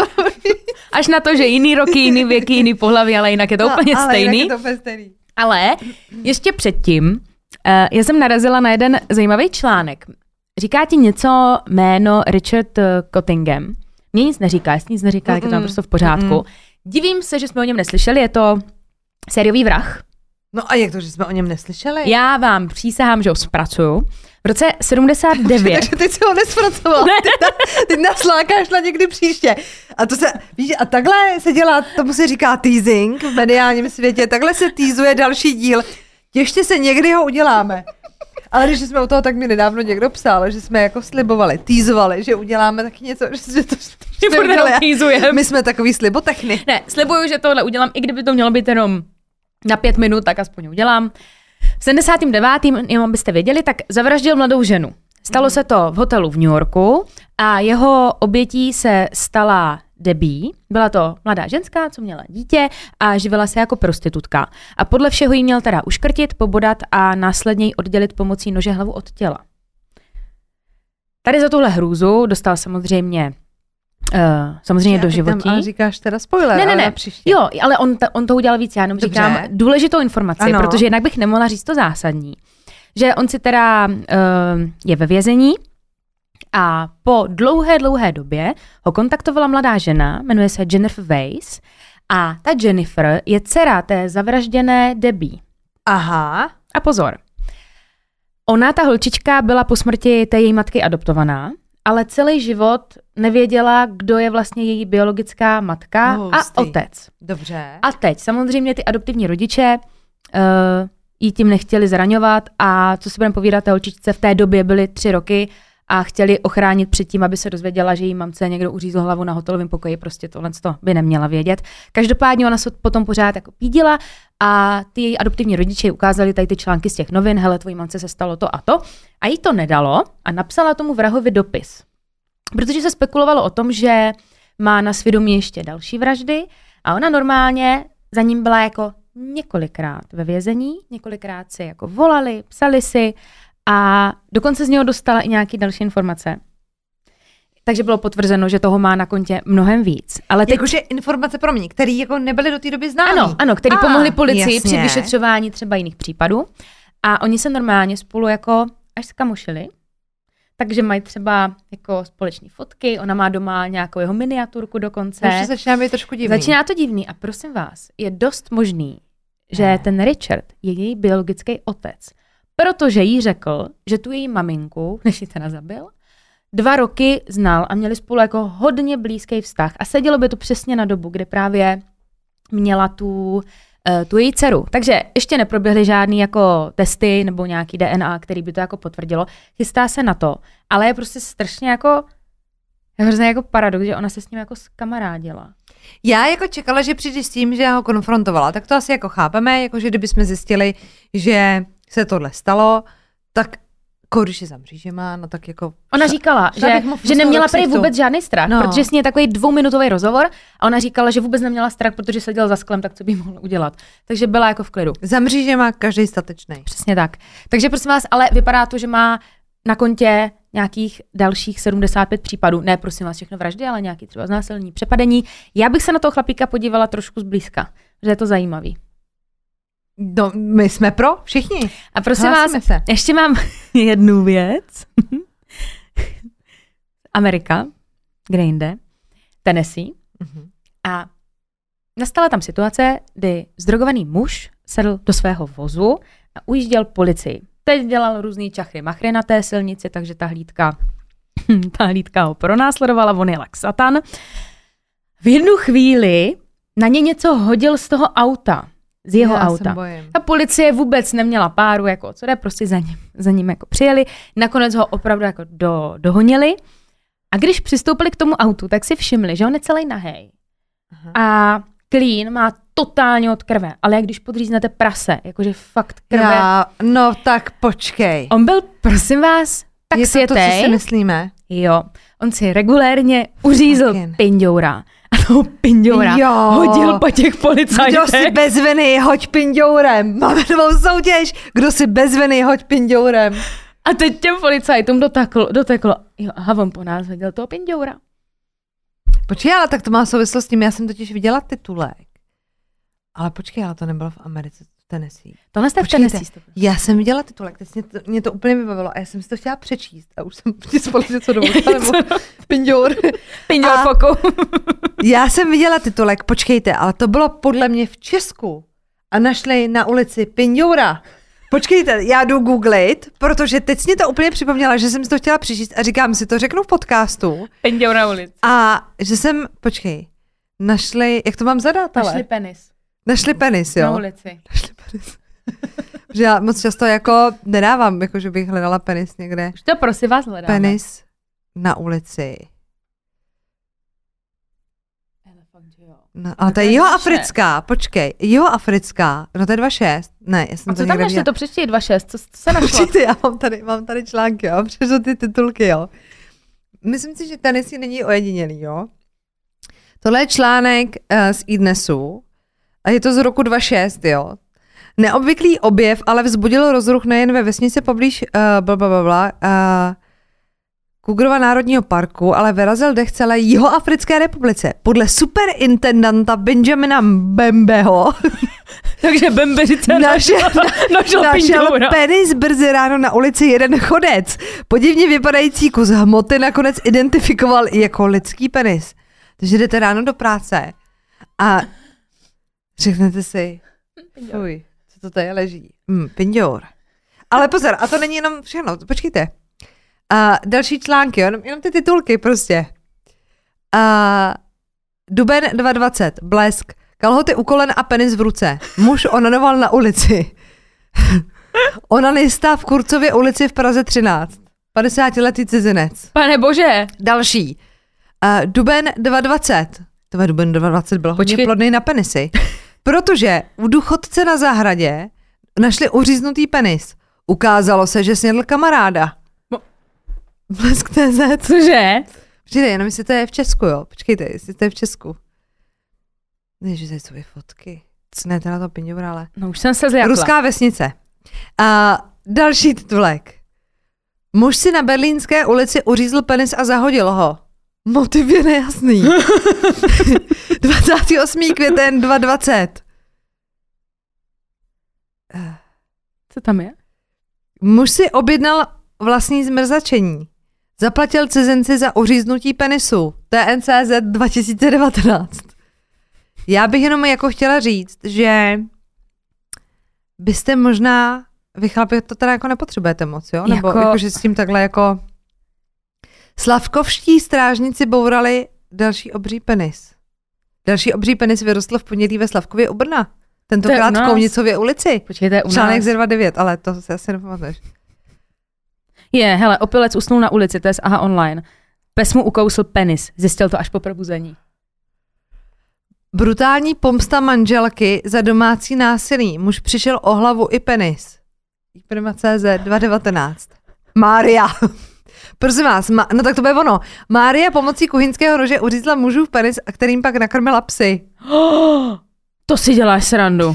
Až na to, že jiný roky, jiný věky, jiný pohlaví, ale jinak je to úplně stejný. Je to úplně stejný. Ale ještě předtím, já jsem narazila na jeden zajímavý článek. Říká ti něco jméno Richard Cottingham? Mně nic neříká, jestli nic neříká, tak je to naprosto v pořádku. Divím se, že jsme o něm neslyšeli, je to sériový vrah. No a jak to, že jsme o něm neslyšeli? Já vám přísahám, že ho zpracuju. V roce 79. Takže teď si ho nespracoval. Ty nás lákáš na někdy příště. A to se, víš, a takhle se dělá, tomu se říká teasing v mediálním světě, takhle se teasuje další díl. Ještě se někdy ho uděláme. Ale když jsme u toho, tak mi nedávno někdo psal, že jsme jako slibovali, teasovali, že uděláme taky něco, že to teasujeme. My jsme takový slibotechny. Ne, slibuju, že tohle udělám, i kdyby to mělo být jenom na 5 minut, tak aspoň udělám. V 79. jenom abyste věděli, tak zavraždil mladou ženu. Stalo se to v hotelu v New Yorku a jeho obětí se stala Debbie. Byla to mladá ženská, co měla dítě a živila se jako prostitutka. A podle všeho jí měl teda uškrtit, pobodat a následně ji oddělit pomocí nože hlavu od těla. Tady za tuhle hrůzu dostal samozřejmě do životí. Ale říkáš teda spoiler. Ne. Jo, ale on to udělal víc. Já jenom říkám důležitou informaci, protože jinak bych nemohla říct to zásadní. Že on si teda je ve vězení a po dlouhé době ho kontaktovala mladá žena, jmenuje se Jennifer Weiss a ta Jennifer je dcera té zavražděné Debbie. Aha. A pozor. Ona, ta holčička, byla po smrti té její matky adoptovaná, ale celý život nevěděla, kdo je vlastně její biologická matka a otec. Dobře. A teď samozřejmě ty adoptivní rodiče jí tím nechtěli zraňovat a co si budeme povídat, té holčičce v té době byly 3 roky a chtěli ochránit před tím, aby se dozvěděla, že jí mamce někdo uřízl hlavu na hotelovém pokoji, prostě tohle by neměla vědět. Každopádně ona se potom pořád jako pídila a ty její adoptivní rodiče ukázali tady ty články z těch novin, hele, tvojí mamce se stalo to a to. A jí to nedalo a napsala tomu vrahovi dopis. Protože se spekulovalo o tom, že má na svědomí ještě další vraždy a ona normálně za ním byla jako několikrát ve vězení, několikrát si jako volali, psali si a dokonce z něho dostala i nějaké další informace. Takže bylo potvrzeno, že toho má na kontě mnohem víc. Ale teď... Jakože informace pro mě, které jako nebyly do té doby známé. Ano, který pomohli policii jasně. při vyšetřování třeba jiných případů. A oni se normálně spolu jako až skamošili. Takže mají třeba jako společné fotky, ona má doma nějakou jeho miniaturku dokonce. Už začíná být trošku divný. Začíná to divný a prosím vás, je dost možný, že ten Richard je její biologický otec. Protože jí řekl, že tu její maminku, než ji teda zabil, 2 roky znal a měli spolu jako hodně blízký vztah. A sedělo by to přesně na dobu, kdy právě měla tu její dceru. Takže ještě neproběhly žádný jako testy nebo nějaký DNA, který by to jako potvrdilo. Chystá se na to, ale je prostě strašně jako hrozně jako paradox, že ona se s ním jako skamarádila. Já jako čekala, že přijde s tím, že ho konfrontovala, tak to asi jako chápeme, jako že kdybychom zjistili, že se tohle stalo, tak když je za mřížema, no tak jako... Ona říkala, že neměla prý vůbec žádný strach, protože s ní je takový 2minutový rozhovor a ona říkala, že vůbec neměla strach, protože seděl za sklem, tak co by mohla udělat. Takže byla jako v klidu. Za mřížema každý statečný. Přesně tak. Takže prosím vás, ale vypadá to, že má na kontě nějakých dalších 75 případů. Ne, prosím vás, všechno vraždy, ale nějaký třeba znásilnění, přepadení. Já bych se na toho chlapíka podívala trošku zblízka, že je to zajímavý. No, my jsme pro, všichni. A prosím vás, ještě mám jednu věc. Amerika, kde jinde, Tennessee. A nastala tam situace, kdy zdrogovaný muž sedl do svého vozu a ujížděl policii. Teď dělal různý čachry machry na té silnici, takže ta hlídka ho pronásledovala, on jel jak satan. V jednu chvíli na ně něco hodil z toho auta. Z jeho auta. Ta policie vůbec neměla páru, jako co jde, prostě za ním jako přijeli. Nakonec ho opravdu jako dohonili. A když přistoupili k tomu autu, tak si všimli, že on je celý nahej. A klín má totálně od krve. Ale jak když podříznete prase, jakože fakt krve. No tak počkej. On byl, prosím vás, tak světej. Je to to, co si myslíme? Jo. On si regulérně uřízl pindoura. A toho pindoura hodil po těch policajtech. Kdo si bez viny, hoď pindourem. Máme novou soutěž. Kdo si bez viny, hoď pindourem. A teď těm policajtům doteklo. Jo, aha, on po nás hodil toho pindoura. Počkej, ale tak to má souvislost s tím, já jsem totiž viděla titulek. Ale počkej, ale to nebylo v Americe, v Tennessee. Tohle jste v Tennessee. Já jsem viděla titulek, teď mě to úplně vybavilo a já jsem si to chtěla přečíst a už jsem ti společně co domů. Pindour foku. Já jsem viděla titulek, počkejte, ale to bylo podle mě v Česku a našli na ulici Pindoura. Počkejte, já jdu googlit, protože teď mě to úplně připomněla, že jsem si to chtěla přečíst a říkám si to, řeknu v podcastu. Pindour na ulici. A že jsem, našli, jak to mám zadat, ale? Našli penis, jo. Na ulici. Našli penis. Že já moc často jako nedávám, jako že bych hledala penis někde. Už to prosím vás hledáme. Penis na ulici. No, ale to je jihoafrická, počkej, jihoafrická, no to je 2.6, ne, já jsem a co tam ještě to přečti 2.6, co se našlo? Počkejte, já mám tady články, jo, přečtu ty titulky, jo. Myslím si, že Tennessee není ojedinělý, jo. Tohle je článek z iDnesu a je to z roku 2.6, jo. Neobvyklý objev, ale vzbudil rozruch nejen ve vesnici poblíž Krugerova národního parku, ale vyrazil dech celé Jihoafrické republice. Podle superintendanta Benjamina Bembeho takže Bembeřice našel penis brzy ráno na ulici jeden chodec. Podivně vypadající kus hmoty nakonec identifikoval i jako lidský penis. Takže jdete ráno do práce a řeknete si, fuj, co to tady leží? Pindour. Ale pozor, a to není jenom všechno, počkejte. Další články, jenom ty titulky prostě. Duben 2020, blesk, kalhoty u kolen a penis v ruce. Muž onanoval na ulici. Onanista v Kurcově ulici v Praze 13. 50letý cizinec. Pane bože. Další. Duben 2020. Tohle duben 2020 byl hodně plodný na penisy. Protože u důchodce na zahradě našli uříznutý penis. Ukázalo se, že snědl kamaráda. Blesk.cz. Cože? Počkejte, jenom jestli to je v Česku, jo. Počkejte, jestli to je v Česku. Ježiš, tady jsou fotky. Ne, teda to pindoura, ale... No už jsem se zjakla. Ruská vesnice. A další titulek. Muž si na Berlínské ulici uřízl penis a zahodil ho. Motiv je nejasný. 28. květen 2020. Co tam je? Muž si objednal vlastní zmrzačení. Zaplatil cizinci za uříznutí penisu. TNCZ 2019. Já bych jenom jako chtěla říct, že byste možná, vy chlapi to teda jako nepotřebujete moc, jo? Nebo jako že s tím takhle jako... Slavkovští strážníci bourali další obří penis. Další obří penis vyrostl v pondělí ve Slavkově u Brna. Tentokrát v Kounicově ulici. Počkejte, u Článek nás. z 29, ale to se asi nepamatuješ. Hele, opilec usnul na ulici, to je z AHA Online. Pes mu ukousl penis, zjistil to až po probuzení. Brutální pomsta manželky za domácí násilí. Muž přišel o hlavu i penis. Prima.cz 2019. Mária. Prosím vás, no tak to bude ono. Mária pomocí kuchyňského nože uřízla mužův penis, a kterým pak nakrmila psy. To si děláš srandu.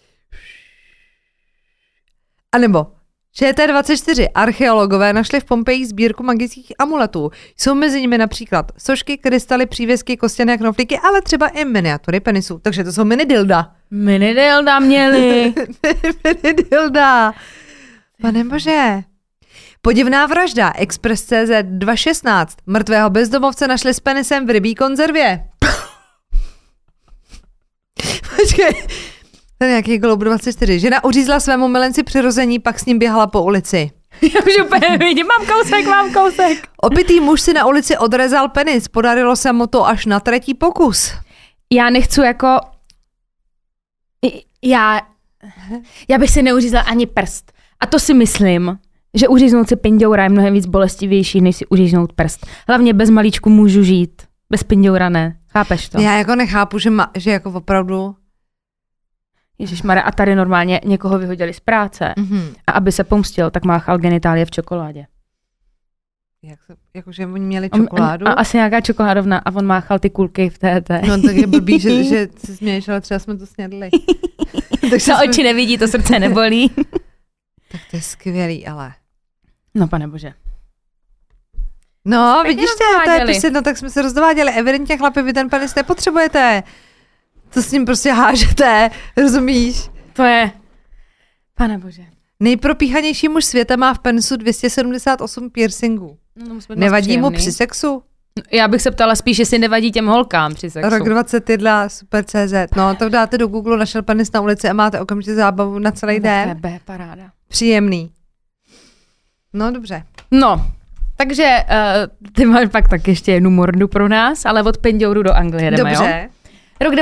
A nebo ČT24. Archeologové našli v Pompejích sbírku magických amuletů. Jsou mezi nimi například sošky, krystaly, přívěsky, kostěné knoflíky, ale třeba i miniatury penisů. Takže to jsou minidilda. Minidilda měli. Minidilda. Pane bože. Podivná vražda. Express.cz 216. Mrtvého bezdomovce našli s penisem v rybí konzervě. Počkej. To je nějaký Glob 24. Žena uřízla svému milenci přirození, pak s ním běhala po ulici. Já už úplně vidím, mám kousek. Opitý muž si na ulici odrezal penis. Podarilo se mu to až na 3. pokus. Já nechci jako... Já bych si neuřízla ani prst. A to si myslím, že uříznout si pindoura je mnohem víc bolestivější, než si uříznout prst. Hlavně bez malíčku můžu žít. Bez pindoura ne. Chápeš to? Já jako nechápu, že jako opravdu... Ježišmarja, a tady normálně někoho vyhodili z práce. Mm-hmm. A aby se pomstil, tak máchal genitálie v čokoládě. Jakože oni měli čokoládu? A asi nějaká čokoládovna a on máchal ty kulky v té. No tak je blbý, že se směješ, ale třeba jsme to snědli. Takže oči nevidí, to srdce nebolí. Tak to je skvělý, ale... No pane bože. No, vidíš to je prostě, no tak jsme se rozdováděli. Evidentně chlapi, vy ten penis nepotřebujete. To s ním prostě hážete, rozumíš? To je... Pane bože. Nejpropíchanější muž světa má v penisu 278 piercingů. No, nevadí mu při sexu? Já bych se ptala spíš, jestli nevadí těm holkám při sexu. Rok 21, super.cz. No, to dáte do Google, našel penis na ulici a máte okamžitě zábavu na celý den. Paráda. Příjemný. No, dobře. No, takže ty máš pak tak ještě jednu mordu pro nás, ale od Pindouru do Anglie jdeme, dobře. Jo? Rok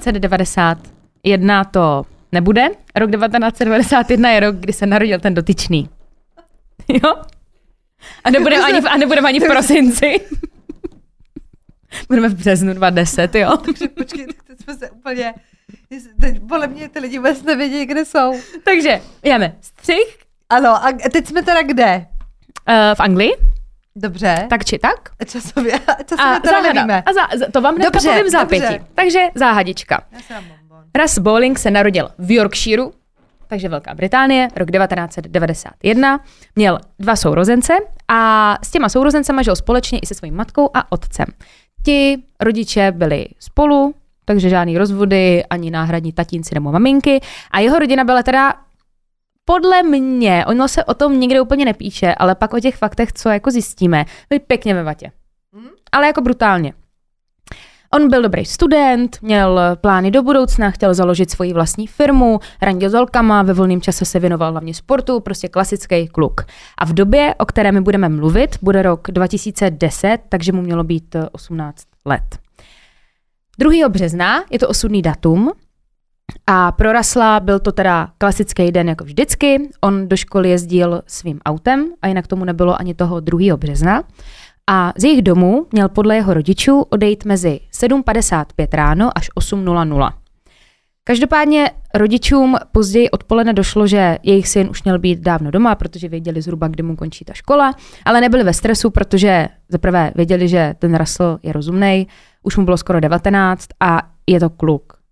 1991 to nebude. Rok 1991 je rok, kdy se narodil ten dotyčný. Jo? A nebudeme ani v prosinci. Budeme v březnu 2010, jo? Takže počkej, teď jsme se úplně... Teď podle mě ty lidi vůbec nevědí, kde jsou. Takže jdeme střih. Ano, a teď jsme teda kde? V Anglii. Dobře. Tak či tak. Časově teda nevíme. To vám hnedka povím zápětí. Takže záhadička. Russ Bowling se narodil v Yorkshireu, takže Velká Británie, rok 1991. Měl 2 sourozence a s těma sourozencema žil společně i se svojí matkou a otcem. Ti rodiče byli spolu, takže žádný rozvody, ani náhradní tatínci nebo maminky. A jeho rodina byla teda podle mě, ono se o tom nikde úplně nepíše, ale pak o těch faktech, co jako zjistíme, byli pěkně ve vatě. Ale jako brutálně. On byl dobrý student, měl plány do budoucna, chtěl založit svoji vlastní firmu, randil s holkama, ve volném čase se věnoval hlavně sportu, prostě klasický kluk. A v době, o které my budeme mluvit, bude rok 2010, takže mu mělo být 18 let. 2. března je to osudný datum a pro Russella byl to teda klasický den jako vždycky. On do školy jezdil svým autem a jinak tomu nebylo ani toho 2. března. A z jejich domu měl podle jeho rodičů odejít mezi 7:55 ráno až 8:00. Každopádně rodičům později odpoledne došlo, že jejich syn už měl být dávno doma, protože věděli zhruba, kdy mu končí ta škola, ale nebyli ve stresu, protože zaprvé věděli, že ten Russell je rozumnej, už mu bylo skoro 19 a je to kluk.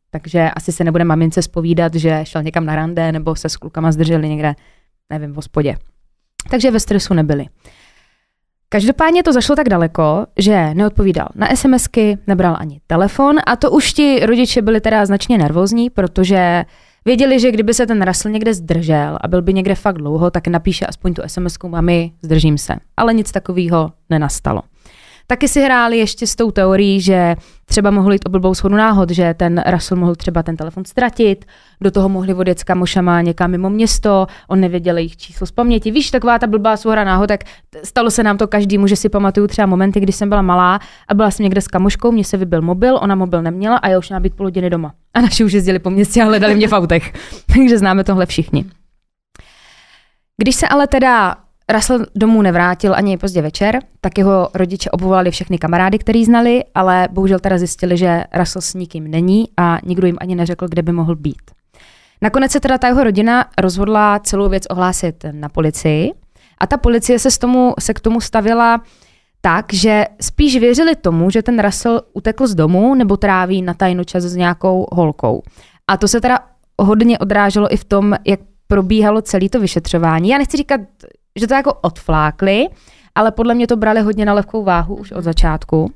Takže asi se nebude mamince zpovídat, že šel někam na rande nebo se s klukama zdrželi někde, nevím, v hospodě. Takže ve stresu nebyli. Každopádně to zašlo tak daleko, že neodpovídal na SMSky, nebral ani telefon a to už ti rodiče byli teda značně nervózní, protože věděli, že kdyby se ten Russell někde zdržel a byl by někde fakt dlouho, tak napíše aspoň tu SMSku mami, zdržím se. Ale nic takového nenastalo. Taky si hráli ještě s tou teorií, že třeba mohl jít o blbou shodu náhod, že ten Russell mohl třeba ten telefon ztratit, do toho mohli odjet s kamošama někam mimo město, on nevěděl jejich číslo z paměti. Víš, taková ta blbá souhra náhod, tak stalo se nám to každému, že si pamatuju třeba momenty, když jsem byla malá a byla jsem někde s kamoškou, mně se vybil mobil, ona mobil neměla a já už měla být půl hodiny doma. A naši už jezdili po městě a hledali mě v autech. Takže známe tohle všichni. Když se ale teda Russell domů nevrátil ani pozdě večer, tak jeho rodiče obvolali všechny kamarády, který znali, ale bohužel teda zjistili, že Russell s nikým není a nikdo jim ani neřekl, kde by mohl být. Nakonec se teda ta jeho rodina rozhodla celou věc ohlásit na policii a ta policie se k tomu stavila tak, že spíš věřili tomu, že ten Russell utekl z domu nebo tráví na tajno čas s nějakou holkou. A to se teda hodně odráželo i v tom, jak probíhalo celé to vyšetřování. Já nechci říkat, že to jako odflákli, ale podle mě to brali hodně na lehkou váhu už od začátku.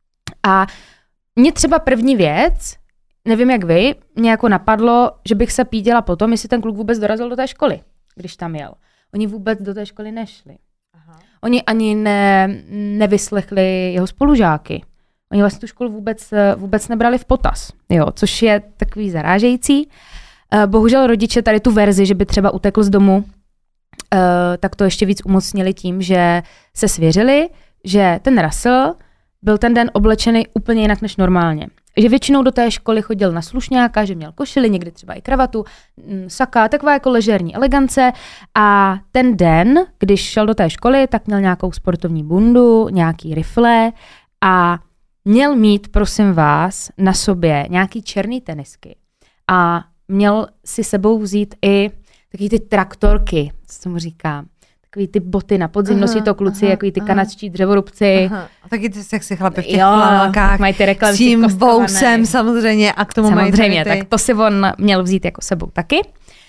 A mě třeba první věc, nevím jak vy, mě jako napadlo, že bych se píděla potom, jestli ten kluk vůbec dorazil do té školy, když tam jel. Oni vůbec do té školy nešli. Aha. Oni ani nevyslechli jeho spolužáky. Oni vlastně tu školu vůbec nebrali v potaz, jo, což je takový zarážející. Bohužel rodiče tady tu verzi, že by třeba utekl z domu, tak to ještě víc umocnili tím, že se svěřili, že ten Russell byl ten den oblečený úplně jinak než normálně. Že většinou do té školy chodil na slušňáka, že měl košili, někdy třeba i kravatu, saka, taková jako ležérní elegance a ten den, když šel do té školy, tak měl nějakou sportovní bundu, nějaký rifle a měl mít, prosím vás, na sobě nějaký černý tenisky a měl si sebou vzít i takový ty traktorky, co mu říkám. Takový ty boty na podzim nosí to kluci, jako ty kanadští dřevorubci. A taky ty sexy chlapy v těch flanelkách. Mají ty reklamy. S tím bousem samozřejmě a k tomu samozřejmě, mají tak to si on měl vzít jako sebou taky.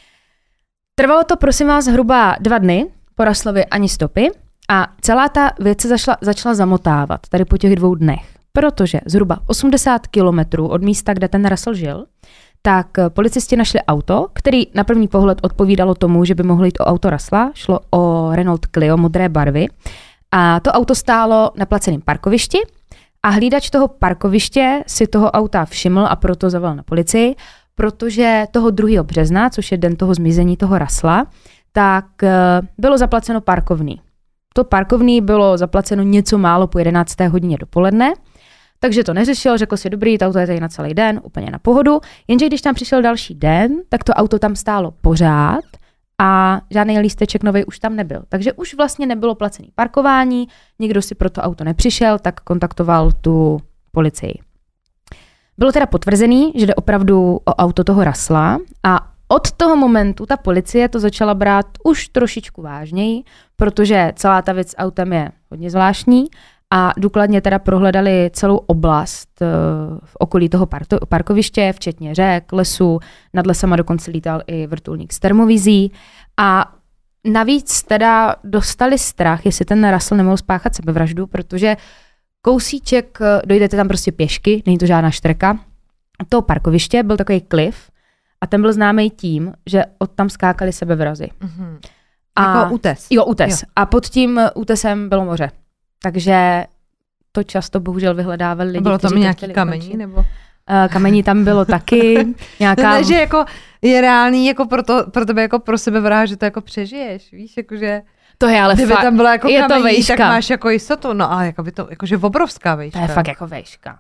Trvalo to, prosím vás, zhruba 2 dny, po Russellovi ani stopy a celá ta věc se začala zamotávat tady po těch 2 dnech, protože zhruba 80 kilometrů od místa, kde ten Russell žil, tak policisti našli auto, který na první pohled odpovídalo tomu, že by mohlo jít o auto Russella, šlo o Renault Clio modré barvy a to auto stálo na placeném parkovišti a hlídač toho parkoviště si toho auta všiml a proto zavolal na policii, protože toho 2. března, což je den toho zmizení toho Russella, tak bylo zaplaceno parkovný. To parkovný bylo zaplaceno něco málo po 11. hodině dopoledne, takže to neřešil, řekl si, dobrý, to auto je tady na celý den, úplně na pohodu, jenže když tam přišel další den, tak to auto tam stálo pořád a žádný lísteček novej už tam nebyl. Takže už vlastně nebylo placený parkování, nikdo si pro to auto nepřišel, tak kontaktoval tu policii. Bylo teda potvrzený, že jde opravdu o auto toho Russella a od toho momentu ta policie to začala brát už trošičku vážněji, protože celá ta věc s autem je hodně zvláštní a důkladně teda prohledali celou oblast v okolí toho parkoviště, včetně řek, lesů, nad lesama dokonce lítal i vrtulník s termovizí a navíc teda dostali strach, jestli ten Russell nemohl spáchat sebevraždu, protože kousíček, dojdete tam prostě pěšky, není to žádná štrka, toho parkoviště byl takový klif a ten byl známý tím, že od tam skákali sebevrazy. Mm-hmm. Jako útes. Jo, útes. Jo. A pod tím útesem bylo moře. Takže to často bohužel vyhledávali lidi, bylo tam nějaký kamení? Nebo? Kamení tam bylo taky. Nějaká... Ne, že jako je reálný jako pro tebe jako pro sebevraha, že to jako přežiješ, víš, jakože... To je ale kdyby fakt, tam byla jako je kamení, to vejška. Tak máš jako jistotu, no ale jako by to, jakože obrovská vejška. To je fakt jako vejška.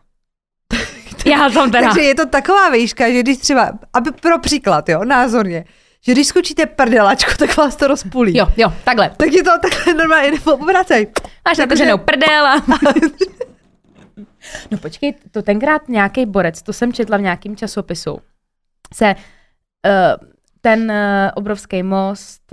Já tam teda. Takže je to taková vejška, že když třeba, aby pro příklad, jo, názorně, že když skočíte prdelačku, tak vás to rozpulí. Jo, takhle. Tak je to takhle normálně, nebo obracej. Máš nataženou prdel a... No počkej, to tenkrát nějaký borec, to jsem četla v nějakým časopisu, se ten obrovský most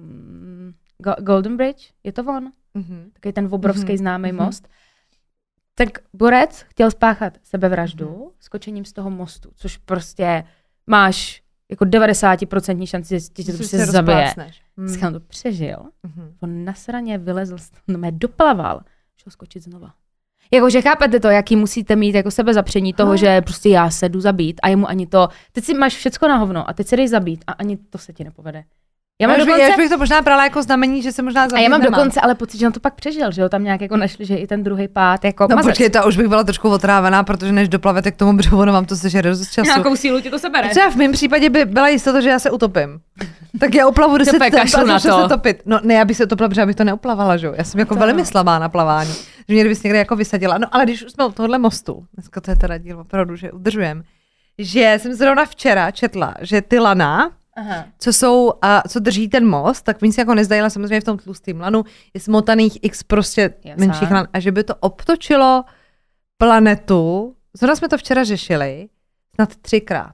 Golden Bridge, je to on? Mm-hmm. Takový ten obrovský známý most. Tak borec chtěl spáchat sebevraždu skočením z toho mostu, což prostě máš jako 90% šanci, že to se zabije. On to přežil, on na sraně vylezl, doplaval, šel skočit znova. Jakože chápete to, jaký musíte mít jako sebezapření toho, že prostě já se jdu zabít a jemu ani to, teď si máš všecko na hovno a teď se dej zabít a ani to se ti nepovede. Já bych to možná brala jako znamení, že se možná zabít. A já mám dokonce ale pocit, že on to pak přežil, že jo, tam nějak jako našli, že i ten druhý pád jako no počkej, to už bych byla trošku otrávená, protože než doplavete k tomu břehu, vám to sežere dost času. Nějakou sílu ti to sebere. Třeba v mém případě by byla jistota, že já se utopím. Tak já uplavu 10 na to. Se topit. No ne, já bych se utopila, protože já bych to neuplavala, že jo. Já jsem jako velmi slabá na plavání. Že mě kdybys někde jako vysadila. No ale když už jsme u tohohle mostu, dneska to je teda díl opravdu, že udržujeme, že jsem zrovna včera četla, že ty lana, co drží ten most, tak oni si jako nezdají, ale samozřejmě v tom tlustým lanu je smotaných x prostě menších lan a že by to obtočilo planetu, zrovna jsme to včera řešili, snad 3krát.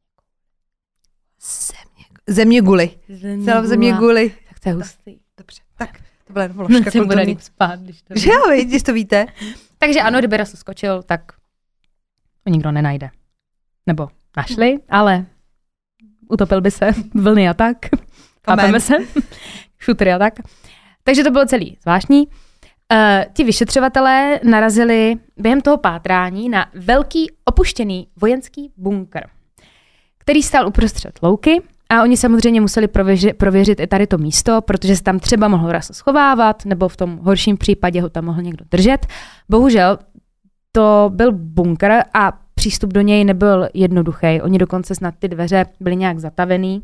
Země guly. Země guly. Tak to je hustý. Dobře, tak to byla vložka kulturní. Spát, když to že jo, když to víte. Takže ano, kdyby Russell skočil, tak to nikdo nenajde. Nebo našli, ale utopil by se, vlny a tak. Chápeme se. Šutry a tak. Takže to bylo celý zvláštní. Ti vyšetřovatelé narazili během toho pátrání na velký opuštěný vojenský bunkr, který stál uprostřed louky a oni samozřejmě museli prověřit i tady to místo, protože se tam třeba mohl Russell schovávat, nebo v tom horším případě ho tam mohl někdo držet. Bohužel to byl bunkr a přístup do něj nebyl jednoduchý. Oni dokonce snad ty dveře byly nějak zatavený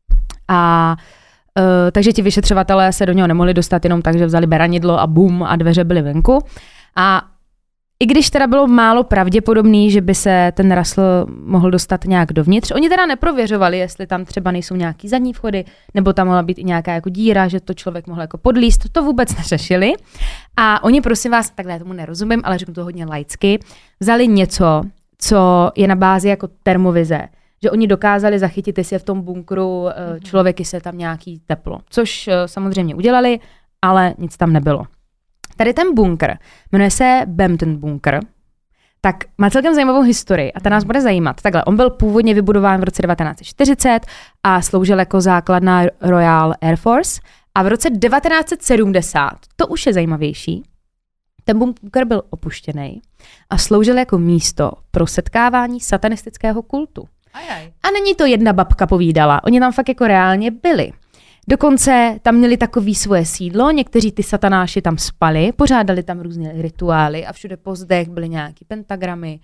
a takže ti vyšetřovatelé se do něho nemohli dostat jenom tak, že vzali beranidlo a bum a dveře byly venku. A i když teda bylo málo pravděpodobný, že by se ten Russell mohl dostat nějak dovnitř, oni teda neprověřovali, jestli tam třeba nejsou nějaký zadní vchody, nebo tam mohla být i nějaká jako díra, že to člověk mohl jako podlíst, to vůbec neřešili. A oni, prosím vás, takhle já tomu nerozumím, ale řeknu to hodně laicky, vzali něco, co je na bázi jako termovize, že oni dokázali zachytit, jestli je v tom bunkru člověk, jestli je tam nějaký teplo, což samozřejmě udělali, ale nic tam nebylo. Tady ten bunkr, jmenuje se Bampton bunkr, tak má celkem zajímavou historii a ta nás bude zajímat. Takhle, on byl původně vybudován v roce 1940 a sloužil jako základna Royal Air Force a v roce 1970, to už je zajímavější, ten bunkr byl opuštěný a sloužil jako místo pro setkávání satanistického kultu. A není to jedna babka povídala, oni tam fakt jako reálně byli. Dokonce tam měli takový svoje sídlo, někteří ty satanáši tam spali, pořádali tam různé rituály a všude po zdech byly nějaký pentagramy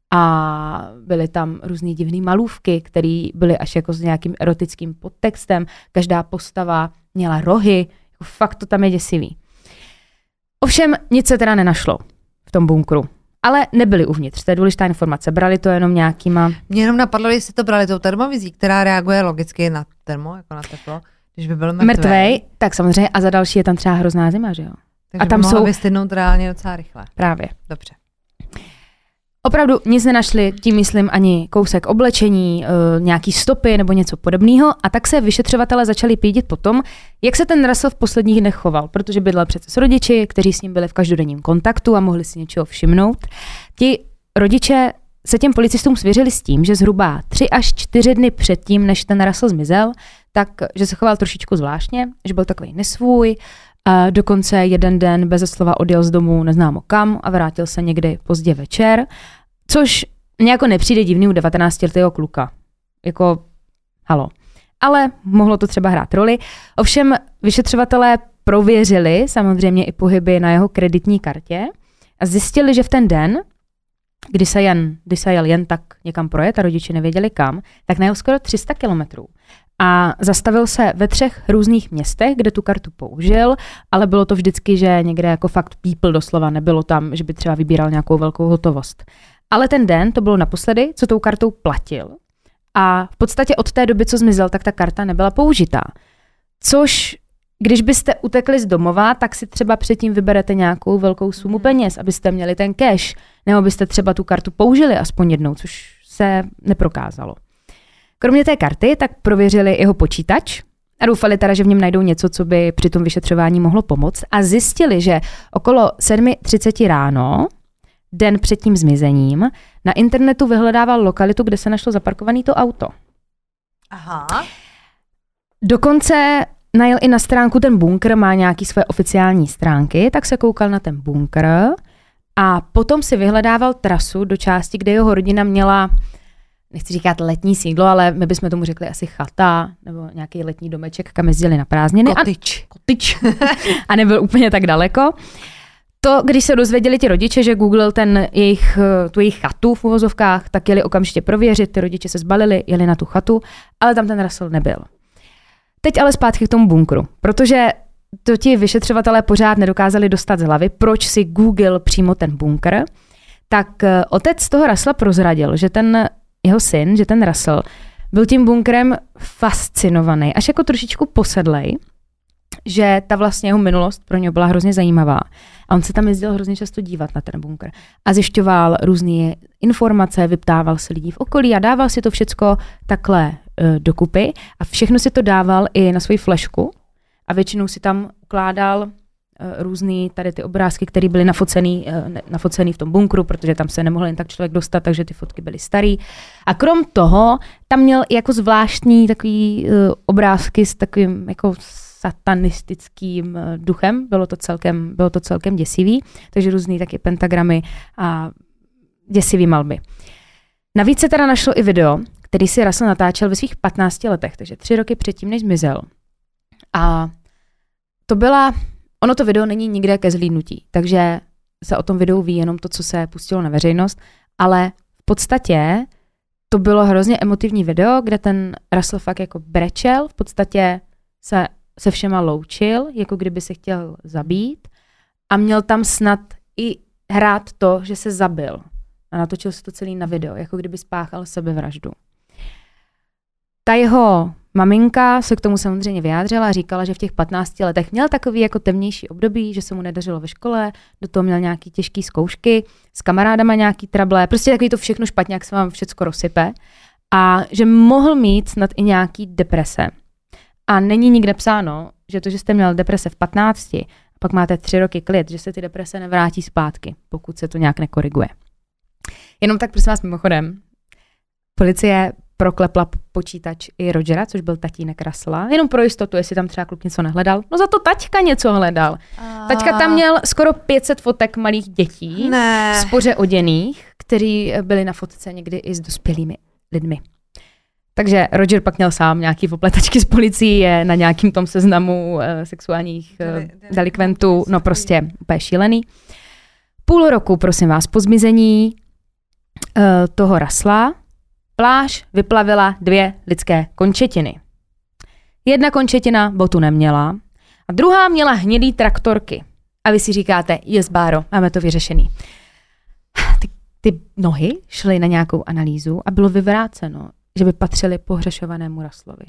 a byly tam různý divný malůvky, které byly až jako s nějakým erotickým podtextem. Každá postava měla rohy, jako fakt to tam je děsivý. Ovšem nic se teda nenašlo v tom bunkru. Ale nebyli uvnitř, to je důležitá informace. Brali to jenom nějakýma... Mě jenom napadlo, jestli to brali tou termovizí, která reaguje logicky na termo, jako na teplo. Když by byl mrtvej, tak samozřejmě a za další je tam třeba hrozná zima, že jo? Takže a tam mohla vystydnout reálně docela rychle. Právě. Dobře. Opravdu nic nenašli, tím myslím ani kousek oblečení, nějaký stopy nebo něco podobného a tak se vyšetřovatelé začali pídit po tom, jak se ten Russell v posledních dnech choval, protože bydlel přece s rodiči, kteří s ním byli v každodenním kontaktu a mohli si něčeho všimnout. Ti rodiče se těm policistům svěřili s tím, že zhruba 3 až 4 dny předtím, než ten Russell zmizel, tak, že se choval trošičku zvláštně, že byl takový nesvůj, a dokonce jeden den beze slova odjel z domu neznámo kam a vrátil se někdy pozdě večer, což mě jako nepřijde divný u 19letého kluka. Jako, halo. Ale mohlo to třeba hrát roli. Ovšem vyšetřovatelé prověřili samozřejmě i pohyby na jeho kreditní kartě a zjistili, že v ten den, kdy se jel jen tak někam projet a rodiče nevěděli kam, tak najel skoro 300 kilometrů. A zastavil se ve 3 různých městech, kde tu kartu použil, ale bylo to vždycky, že někde jako fakt pípl doslova, nebylo tam, že by třeba vybíral nějakou velkou hotovost. Ale ten den to bylo naposledy, co tou kartou platil. A v podstatě od té doby, co zmizel, tak ta karta nebyla použitá. Což, když byste utekli z domova, tak si třeba předtím vyberete nějakou velkou sumu peněz, abyste měli ten cash, nebo byste třeba tu kartu použili aspoň jednou, což se neprokázalo. Kromě té karty tak prověřili jeho počítač a doufali teda, že v něm najdou něco, co by při tom vyšetřování mohlo pomoct a zjistili, že okolo 7:30 ráno den před tím zmizením na internetu vyhledával lokalitu, kde se našlo zaparkované to auto. Aha. Dokonce najel i na stránku, ten bunkr má nějaký své oficiální stránky, tak se koukal na ten bunkr a potom si vyhledával trasu do části, kde jeho rodina měla, nechci říkat letní sídlo, ale my bychom tomu řekli asi chata nebo nějaký letní domeček, kam jezdili na prázdniny. Kotyč. A nebyl úplně tak daleko. To, když se dozvěděli ti rodiče, že googlil tu jejich chatu v uvozovkách, tak jeli okamžitě prověřit, ty rodiče se zbalili, jeli na tu chatu, ale tam ten Russell nebyl. Teď ale zpátky k tomu bunkru, protože to ti vyšetřovatelé pořád nedokázali dostat z hlavy, proč si Google přímo ten bunkr, tak otec toho Russella prozradil, že ten jeho syn, že ten Russell byl tím bunkrem fascinovaný, až jako trošičku posedlej, že ta vlastně jeho minulost pro něho byla hrozně zajímavá. A on se tam jezdil hrozně často dívat na ten bunkr. A zjišťoval různé informace, vyptával se lidí v okolí a dával si to všecko takhle dokupy. A všechno si to dával i na svoji flešku. A většinou si tam ukládal různý tady ty obrázky, které byly nafocený v tom bunkru, protože tam se nemohl jen tak člověk dostat, takže ty fotky byly starý. A krom toho tam měl jako zvláštní takový obrázky s takovým jako satanistickým duchem, bylo to celkem děsivý, takže různý taky pentagramy a děsivý malby. Navíc se teda našlo i video, který si Russell natáčel ve svých 15 letech, takže 3 roky předtím, než zmizel. A ono to video není nikde ke zhlídnutí, takže se o tom videu ví jenom to, co se pustilo na veřejnost, ale v podstatě to bylo hrozně emotivní video, kde ten Russell fakt jako brečel, v podstatě se všema loučil, jako kdyby se chtěl zabít a měl tam snad i hrát to, že se zabil. A natočil se to celý na video, jako kdyby spáchal sebevraždu. Ta jeho maminka se k tomu samozřejmě vyjádřila a říkala, že v těch 15 letech měl takový jako temnější období, že se mu nedařilo ve škole, do toho měl nějaký těžký zkoušky, s kamarádama nějaký trable, prostě takový to všechno špatně, jak se vám všecko rozsype. A že mohl mít snad i nějaký deprese. A není nikde psáno, že to, že jste měl deprese v 15 a pak máte 3 roky klid, že se ty deprese nevrátí zpátky, pokud se to nějak nekoriguje. Jenom tak prosím vás mimochodem, policie proklepla počítač i Rogera, což byl tatínek Russella, jenom pro jistotu, jestli tam třeba kluk něco nehledal. No za to taťka něco hledal. Taťka tam měl skoro 500 fotek malých dětí, spoře oděných, kteří byli na fotce někdy i s dospělými lidmi. Takže Roger pak měl sám nějaký opletačky s policií, je na nějakým tom seznamu sexuálních delikventů, no prostě úplně šílený. Půl roku, prosím vás, po zmizení toho Russella pláž vyplavila 2 lidské končetiny. Jedna končetina botu neměla a druhá měla hnědý traktorky. A vy si říkáte, báro, máme to vyřešený. Ty nohy šly na nějakou analýzu a bylo vyvráceno, že by patřili pohřešovanému Russellovi.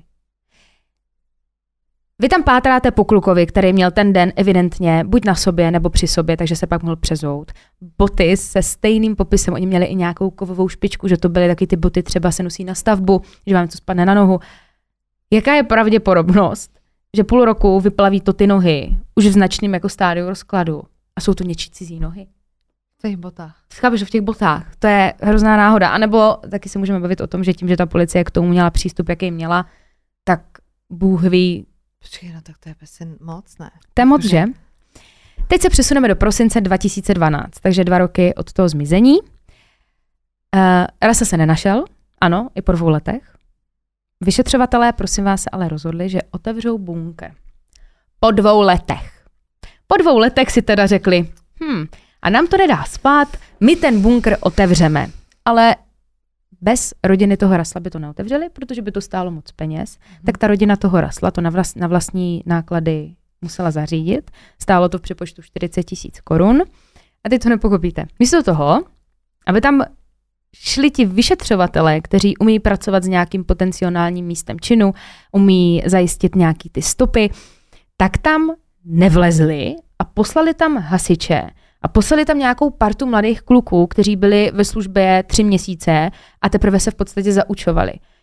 Vy tam pátráte po klukovi, který měl ten den evidentně buď na sobě nebo při sobě, takže se pak mohl přezout. Boty se stejným popisem, oni měli i nějakou kovovou špičku, že to byly taky ty boty, třeba se nosí na stavbu, že vám to spadne na nohu. Jaká je pravděpodobnost, že půl roku vyplaví to ty nohy už v značném jako stádiu rozkladu a jsou to něčí cizí nohy? V těch botách. Chápeš, v těch botách. To je hrozná náhoda. A nebo taky se můžeme bavit o tom, že tím, že ta policie k tomu měla přístup, jaký měla, tak Bůh ví. Počkej, no tak to je prostě moc, ne? To je moc, že? Teď se přesuneme do prosince 2012, takže 2 roky od toho zmizení. Russell se nenašel, ano, i po 2 letech. Vyšetřovatelé, prosím vás, se ale rozhodli, že otevřou bunkr. Po 2 letech. Po 2 letech si teda řekli, a nám to nedá spát, my ten bunkr otevřeme. Ale bez rodiny toho Russella by to neotevřeli, protože by to stálo moc peněz. Tak ta rodina toho Russella to na vlastní náklady musela zařídit. Stálo to v přepočtu 40 000 korun. A teď to nepochopíte. Místo toho, aby tam šli ti vyšetřovatelé, kteří umí pracovat s nějakým potenciálním místem činu, umí zajistit nějaký ty stopy, tak tam nevlezli a poslali tam hasiče a poslali tam nějakou partu mladých kluků, kteří byli ve službě 3 měsíce a teprve se v podstatě zaučovali.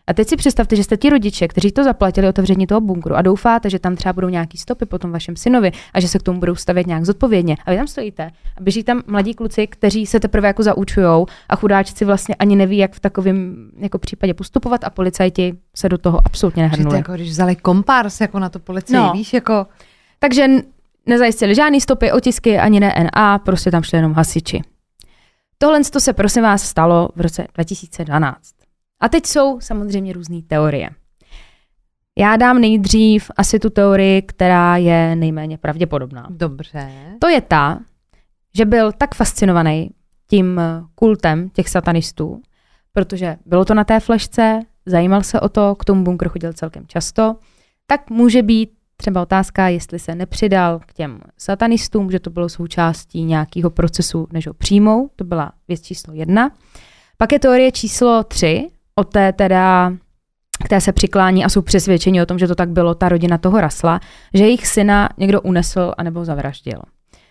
A teď si představte, že jste ti rodiče, kteří to zaplatili otevření toho bunkru a doufáte, že tam třeba budou nějaký stopy po tom vašem synovi a že se k tomu budou stavět nějak zodpovědně. A vy tam stojíte a běží tam mladí kluci, kteří se teprve jako zaučujou a chudáčci vlastně ani neví, jak v takovém jako případě postupovat a policajti se do toho absolutně nehrnuli. Jako když vzali kompárs jako na to policii, víš, jako... Takže nezajistili žádný stopy, otisky, ani DNA, prostě tam šli jenom hasiči. Tohle se prosím vás stalo v roce 2012. A teď jsou samozřejmě různé teorie. Já dám nejdřív asi tu teorii, která je nejméně pravděpodobná. Dobře. To je ta, že byl tak fascinovaný tím kultem těch satanistů, protože bylo to na té flešce, zajímal se o to, k tomu bunkru chodil celkem často, tak může být třeba otázka, jestli se nepřidal k těm satanistům, že to bylo součástí nějakého procesu, než ho přijmou. To byla věc číslo 1. Pak je teorie číslo 3, o té teda, které se přiklání a jsou přesvědčeni o tom, že to tak bylo, ta rodina toho Russella, že jejich syna někdo unesl anebo zavraždil.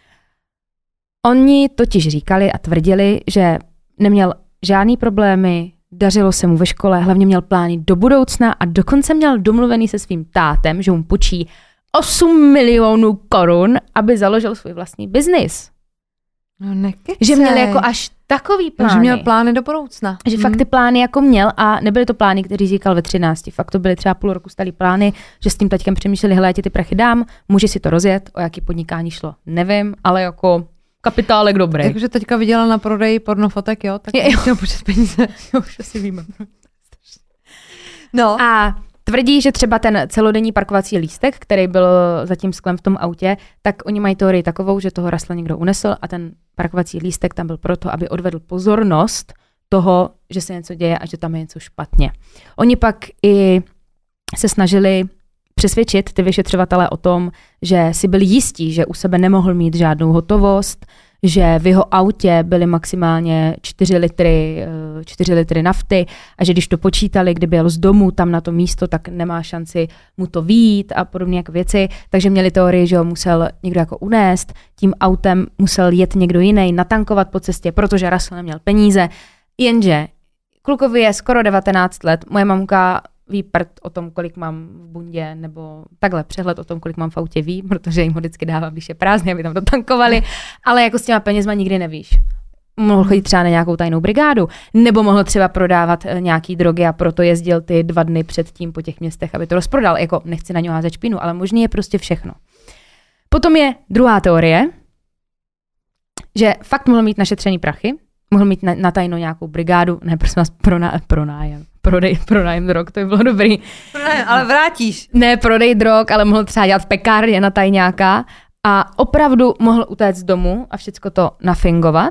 Oni totiž říkali a tvrdili, že neměl žádný problémy, dařilo se mu ve škole, hlavně měl plány do budoucna a dokonce měl domluvený se svým tátem, že mu půjčí 8 milionů korun, aby založil svůj vlastní biznis. No nekecej. Že měl jako až takový plány. Že měl plány do budoucna. Že fakt ty plány jako měl a nebyly to plány, který říkal ve 13. Fakt to byly třeba půl roku starý plány, že s tím taťkem přemýšleli, hele, já ti ty prachy dám, může si to rozjet, o jaký podnikání šlo, nevím, ale jako kapitálek dobrý. Takže teďka viděla na prodeji pornofotek, jo? Tak chtěl počet peníze. Jo, už asi víme. No. A tvrdí, že třeba ten celodenní parkovací lístek, který byl za tím sklem v tom autě, tak oni mají teorii takovou, že toho Russella někdo unesl a ten parkovací lístek tam byl proto, aby odvedl pozornost toho, že se něco děje a že tam je něco špatně. Oni pak i se snažili přesvědčit ty vyšetřovatelé o tom, že si byli jistí, že u sebe nemohl mít žádnou hotovost, že v jeho autě byly maximálně 4 litry nafty a že když to počítali, kdyby jel z domu tam na to místo, tak nemá šanci mu to vyjít a podobně jako věci. Takže měli teorii, že ho musel někdo jako unést, tím autem musel jet někdo jiný, natankovat po cestě, protože Russell neměl peníze. Jenže klukovi je skoro 19 let, moje mamka ví prd o tom, kolik mám v bundě, nebo takhle přehled o tom, kolik mám v autě ví, protože jim ho vždycky dávám, když je prázdný, aby tam dotankovali, ale jako s těma penězma nikdy nevíš. Mohl chodit třeba na nějakou tajnou brigádu, nebo mohl třeba prodávat nějaký drogy a proto jezdil ty 2 dny předtím po těch městech, aby to rozprodal. Jako nechci na něho házet špínu, ale možný je prostě všechno. Potom je druhá teorie, že fakt mohl mít našetřený prachy, mohl mít na tajno nějakou brigádu, ne, prosím vás, pronájem. Pronájem drog, to by bylo dobrý. Ale vrátíš. Ne prodej drog, ale mohl třeba dělat v pekárně na tajňáka a opravdu mohl utéct z domu a všecko to nafingovat.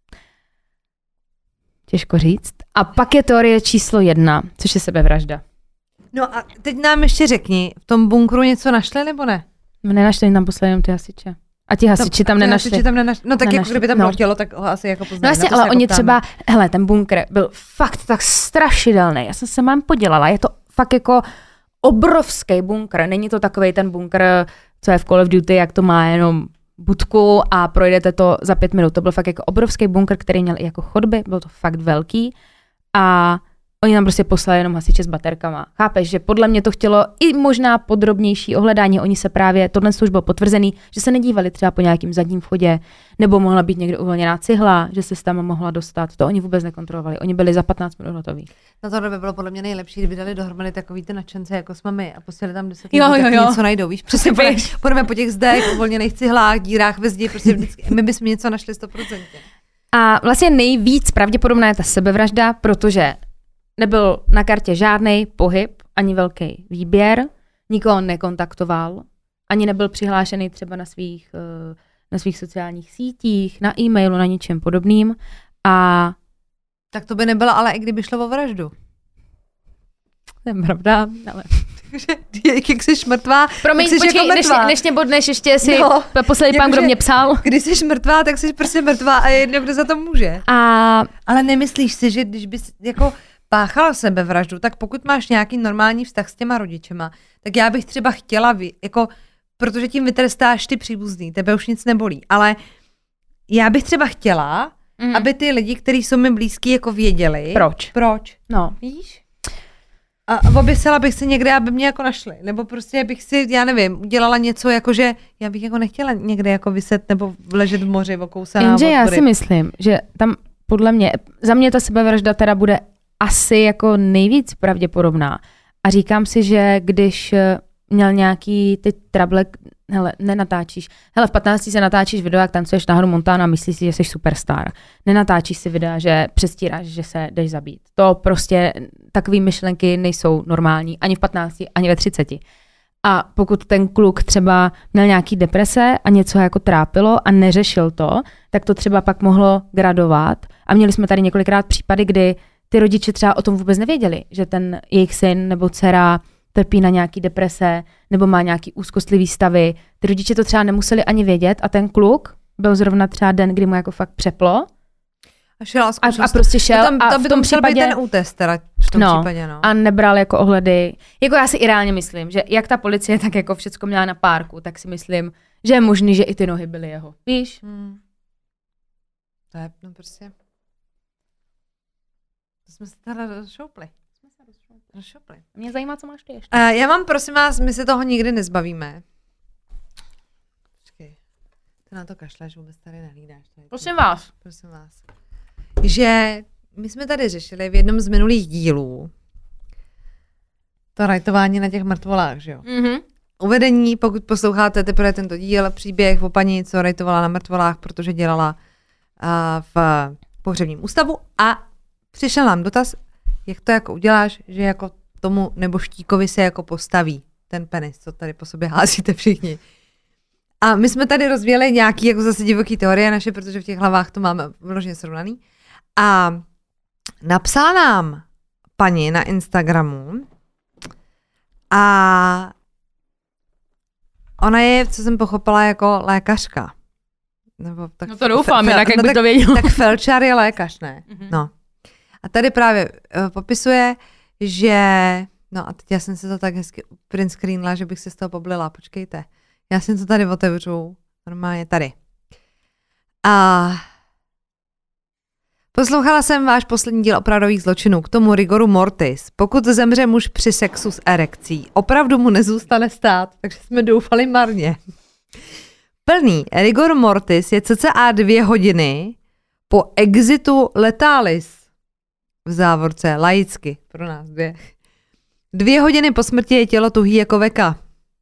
Těžko říct. A pak je teorie číslo 1, což je sebevražda. No a teď nám ještě řekni, v tom bunkru něco našli nebo ne? Nenašli, tam poslali jenom ty hasiče. A ti hasiči tam nenašli. No tak jako kdyby tam bylo tělo, tak ho asi jako poznali. No jasně, ale oni třeba, hele, ten bunkr byl fakt tak strašidelný. Já jsem se mám podělala. Je to fakt jako obrovský bunkr. Není to takovej ten bunkr, co je v Call of Duty, jak to má jenom budku a projdete to za 5 minut. To byl fakt jako obrovský bunkr, který měl i jako chodby. Bylo to fakt velký. A oni tam prostě poslali jenom hasiče s baterkama. Chápeš, že podle mě to chtělo i možná podrobnější ohledání. Oni se právě, tohle už bylo potvrzený, že se nedívali třeba po nějakým zadním vchodě, nebo mohla být někde uvolněná cihla, že se tam mohla dostat. To oni vůbec nekontrolovali. Oni byli za 15 minut hotoví. Na tohle by bylo podle mě nejlepší, kdyby dali dohromady takový ty nadšence, jako jsme my, a posílali tam 10 minut, něco najdou. Víš, přesně půjdeme po těch zdech, uvolněných cihlách, dírách ve zdi, prostě vždycky, my bychom něco našli 100%. A vlastně nejvíc pravděpodobná je ta sebevražda, protože nebyl na kartě žádný pohyb, ani velký výběr, nikoho nekontaktoval, ani nebyl přihlášený třeba na svých sociálních sítích, na e-mailu, na ničem podobným. A tak to by nebyla, ale i kdyby šlo o vraždu. To je pravda, ale... Jak jsi mrtvá, promiň, tak jsi počkej, jako mrtvá. než mě bodneš, ještě si poslední pán, kdo mě psal. Když jsi mrtvá, tak jsi prostě mrtvá a je jedno, kdo za to může. Ale nemyslíš si, že když bys jako páchala sebevraždu, tak pokud máš nějaký normální vztah s těma rodičema, tak já bych třeba chtěla, jako, protože tím vytrestáš ty příbuzný, tebe už nic nebolí, ale já bych třeba chtěla, aby ty lidi, kteří jsou mi blízký, jako věděli. Proč? Proč? No. Víš? A oběsila bych se někde, aby mě jako našli. Nebo prostě bych si, já nevím, udělala něco, jako že já bych jako nechtěla někde jako vyset nebo ležet v moři okousaná. Jenže já si myslím, že tam podle mě, za mě ta sebevražda teda bude asi jako nejvíc pravděpodobná. A říkám si, že když měl nějaký ty trable, hele, nenatáčíš. Hele, v 15 se natáčíš video, jak tancuješ na Hanu Montana a myslíš si, že jsi superstar. Nenatáčíš si videa, že přestíráš, že se jdeš zabít. To prostě, takové myšlenky nejsou normální. Ani v 15, ani ve 30. A pokud ten kluk třeba měl nějaký deprese a něco jako trápilo a neřešil to, tak to třeba pak mohlo gradovat. A měli jsme tady několikrát případy, kdy ty rodiče třeba o tom vůbec nevěděli, že ten jejich syn nebo dcera trpí na nějaký deprese nebo má nějaký úzkostlivý stavy. Ty rodiče to třeba nemuseli ani vědět a ten kluk byl zrovna třeba den, kdy mu jako fakt přeplo. A šel a prostě šel a v tom případě ten útest teda v tom případě, no. A nebral jako ohledy. Jako já si i reálně myslím, že jak ta policie tak jako všecko měla na párku, tak si myslím, že je možný, že i ty nohy byly jeho. Víš? To je prostě. To jsme se teda rozšoupli. Mě zajímá, co máš ty ještě. Já mám, prosím vás, my se toho nikdy nezbavíme. Počkej, ty na to kašleš, vůbec tady nehlídáš. Prosím vás. Prosím vás. Že my jsme tady řešili v jednom z minulých dílů to rajtování na těch mrtvolách, že jo? Mm-hmm. Uvedení, pokud posloucháte teprve tento díl, příběh o paní, co rajtovala na mrtvolách, protože dělala v pohřebním ústavu a přišel nám dotaz, jak to jako uděláš, že jako tomu neboštíkovi se jako postaví ten penis, co tady po sobě házíte všichni. A my jsme tady rozvíjeli nějaký jako zase divoký teorie naše, protože v těch hlavách to máme vložně srovnaný. A napsala nám paní na Instagramu a ona je, co jsem pochopila, jako lékařka. Nebo tak, no to doufám, jinak jak by to věděl. Tak felčar je lékař, ne? Mm-hmm. No. A tady právě popisuje, že... No a teď já jsem se to tak hezky print screenla, že bych se z toho poblila. Počkejte. Já jsem to tady otevřu. Normálně tady. A poslouchala jsem váš poslední díl opravdových zločinů k tomu rigoru mortis. Pokud zemře muž při sexu s erekcí, opravdu mu nezůstane stát, takže jsme doufali marně. Plný rigor mortis je cca 2 hodiny po exitu letalis. V závorce, laicky, pro nás 2. 2 hodiny po smrti je tělo tuhý jako veka.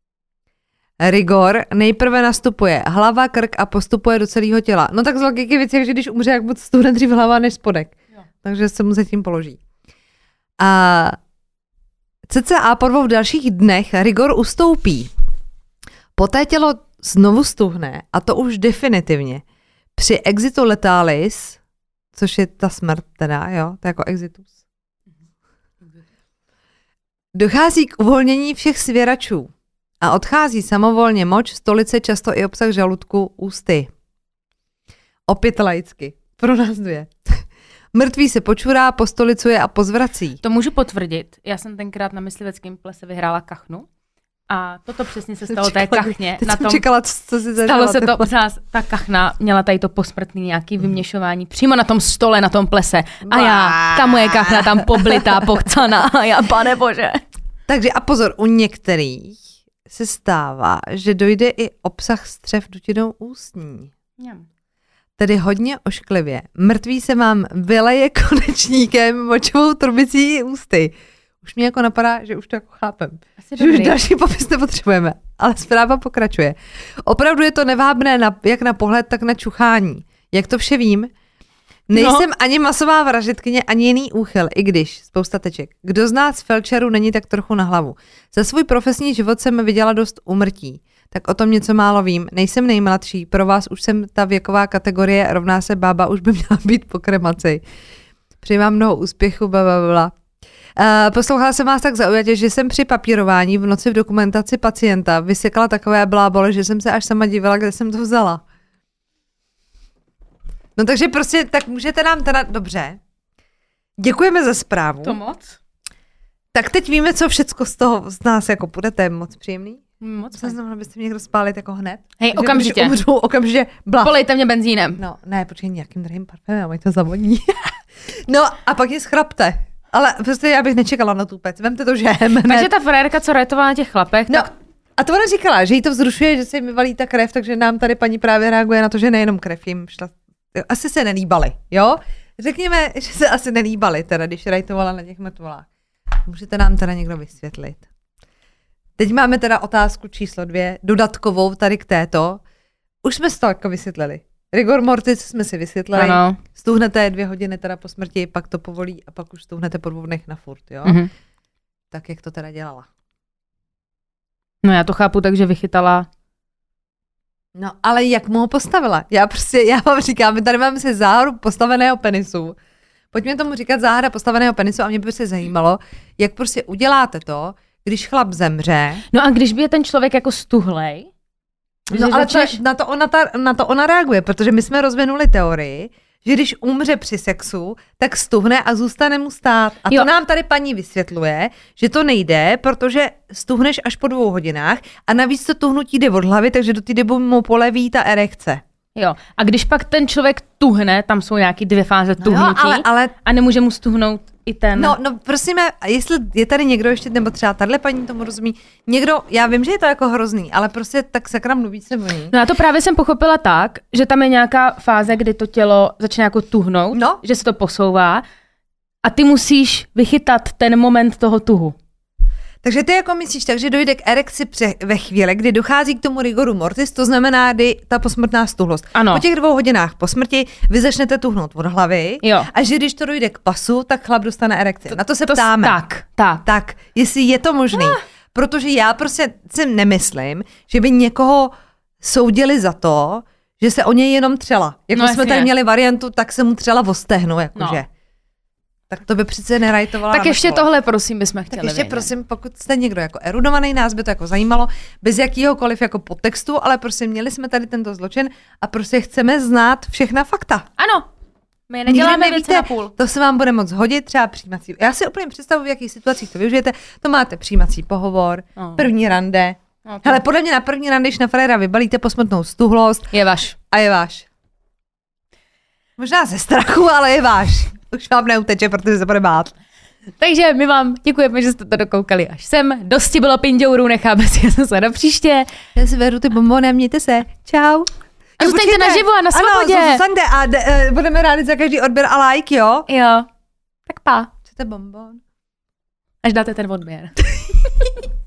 Rigor nejprve nastupuje hlava, krk a postupuje do celého těla. No tak z logiky věci, že když umře, jak moc stuhne dřív hlava než spodek. Jo. Takže se mu zatím položí. A cca po 2 dalších dnech rigor ustoupí. Poté tělo znovu stuhne a to už definitivně. Při exitu letalis, což je ta smrt teda, jo, to je jako exitus. Dochází k uvolnění všech svěračů a odchází samovolně moč, stolice, často i obsah žaludku, ústy. Opět laicky. Pro nás 2. Mrtvý se počurá, postolicuje a pozvrací. To můžu potvrdit. Já jsem tenkrát na mysliveckém plese vyhrála kachnu. A toto přesně se stalo té kachně. Teď jsem čekala, co si stalo se to, ta kachna měla tady to posmrtný nějaký vyměšování přímo na tom stole, na tom plese. A já, ta moje kachna tam poblitá, pochcaná a já, pane bože. Takže a pozor, u některých se stává, že dojde i obsah střev dutinou ústní. Tedy hodně ošklivě. Mrtvý se vám vyleje konečníkem močovou trubicí ústy. Už mě jako napadá, že už to jako chápem. Že už další popis nepotřebujeme. Ale zpráva pokračuje. Opravdu je to nevábné jak na pohled, tak na čuchání. Jak to vše vím, nejsem ani masová vražedkyně, ani jiný úchyl, i když spousta teček. Kdo z nás felčerů není tak trochu na hlavu. Za svůj profesní život jsem viděla dost úmrtí. Tak o tom něco málo vím. Nejsem nejmladší, pro vás už jsem ta věková kategorie, rovná se bába, už by měla být po kremaci. Přeji vám mnoho úspěchu, blablabla. Poslouchala jsem vás tak zaujatě, že jsem při papírování v noci v dokumentaci pacienta vysekala takové blábole, že jsem se až sama divila, kde jsem to vzala. No takže prostě, tak můžete nám teda, dobře. Děkujeme za zprávu. To moc. Tak teď víme, co všecko z nás jako budete, moc příjemný. Moc. Co znamená, byste mě někdo spálit jako hned? Hej, takže okamžitě. Umřu, okamžitě blaf. Polejte mě benzínem. No, ne, počkej, nějakým drahým parfémem, ať to zavoní. No a pak je schrapte. Ale prostě já bych nečekala na tu pec. Vemte to, že Takže ta frérka, co rajtovala na těch chlapech, no, tak... A to ona říkala, že jí to vzrušuje, že se jim vyvalí ta krev, takže nám tady paní právě reaguje na to, že nejenom krev jim šla. Asi se nelíbali, jo? Řekněme, že se asi nelíbali, teda, když rajtovala na těch mrtvolách. Můžete nám teda někdo vysvětlit? Teď máme teda otázku číslo 2, dodatkovou tady k této. Už jsme si to jako vysvětlili. Rigor mortis jsme si vysvětlili. Ano. Stuhnete 2 hodiny teda po smrti, pak to povolí a pak už stuhnete po 2 dnech na furt, jo? Mhm. Tak jak to teda dělala? No já to chápu, takže vychytala. No, ale jak mu ho postavila? Já vám říkám, my tady máme si záhadu postaveného penisu. Pojďme tomu říkat záhada postaveného penisu a mě by se zajímalo, jak prostě uděláte to, když chlap zemře. No a když by je ten člověk jako stuhlej? No ale na to ona reaguje, protože my jsme rozvinuli teorii, že když umře při sexu, tak stuhne a zůstane mu stát. A to nám tady paní vysvětluje, že to nejde, protože stuhneš až po 2 hodinách a navíc to tuhnutí jde od hlavy, takže do té doby mu poleví ta erekce. Jo, a když pak ten člověk tuhne, tam jsou nějaký 2 fáze tuhnutí ale a nemůže mu stuhnout i ten... No prosíme, jestli je tady někdo ještě, nebo třeba tahle paní tomu rozumí, někdo, já vím, že je to jako hrozný, ale prostě tak sakra mluví se o ní. No já to právě jsem pochopila tak, že tam je nějaká fáze, kdy to tělo začne jako tuhnout, že se to posouvá a ty musíš vychytat ten moment toho tuhu. Takže ty jako myslíš, takže dojde k erekci ve chvíli, kdy dochází k tomu rigoru mortis, to znamená, kdy ta posmrtná stuhlost. Ano. Po těch 2 hodinách po smrti vy začnete tuhnout od hlavy, a že když to dojde k pasu, tak chlap dostane erekci. Na to se ptáme. Tak, jestli je to možný. Protože já prostě si nemyslím, že by někoho soudili za to, že se o něj jenom třela. Jako jsme tady měli variantu, tak se mu třela o stehnu, jakože. Tak to by přece nerajtovala. Tak ještě tohle, prosím, bychom chtěli. Tak ještě prosím, pokud jste někdo jako erudovaný, nás by to jako zajímalo, bez jakýhokoliv jako podtextu, ale prostě měli jsme tady tento zločin a prostě chceme znát všechna fakta. Ano, my neděláme věci na půl. To se vám bude moc hodit, třeba přijímací. Já si úplně představuji, v jakých situacích to využijete. To máte přijímací pohovor, první rande. Hele, podle mě na první rande, když na fréra vybalíte posmrtnou stuhlost. Je váš. A je váš. Možná ze strachu, ale je váš. Už vám neuteče, protože se bude bát. Takže my vám děkujeme, že jste to dokoukali až sem. Dosti bylo pindourů, necháme si zase na příště. Já si vedu ty bonbony a mějte se. Čau. A zůstaňte naživu a na svobodě. Ano, zůstaňte a budeme rádi za každý odběr a like, jo? Jo. Tak pa. Chcete bonbon? Až dáte ten odběr.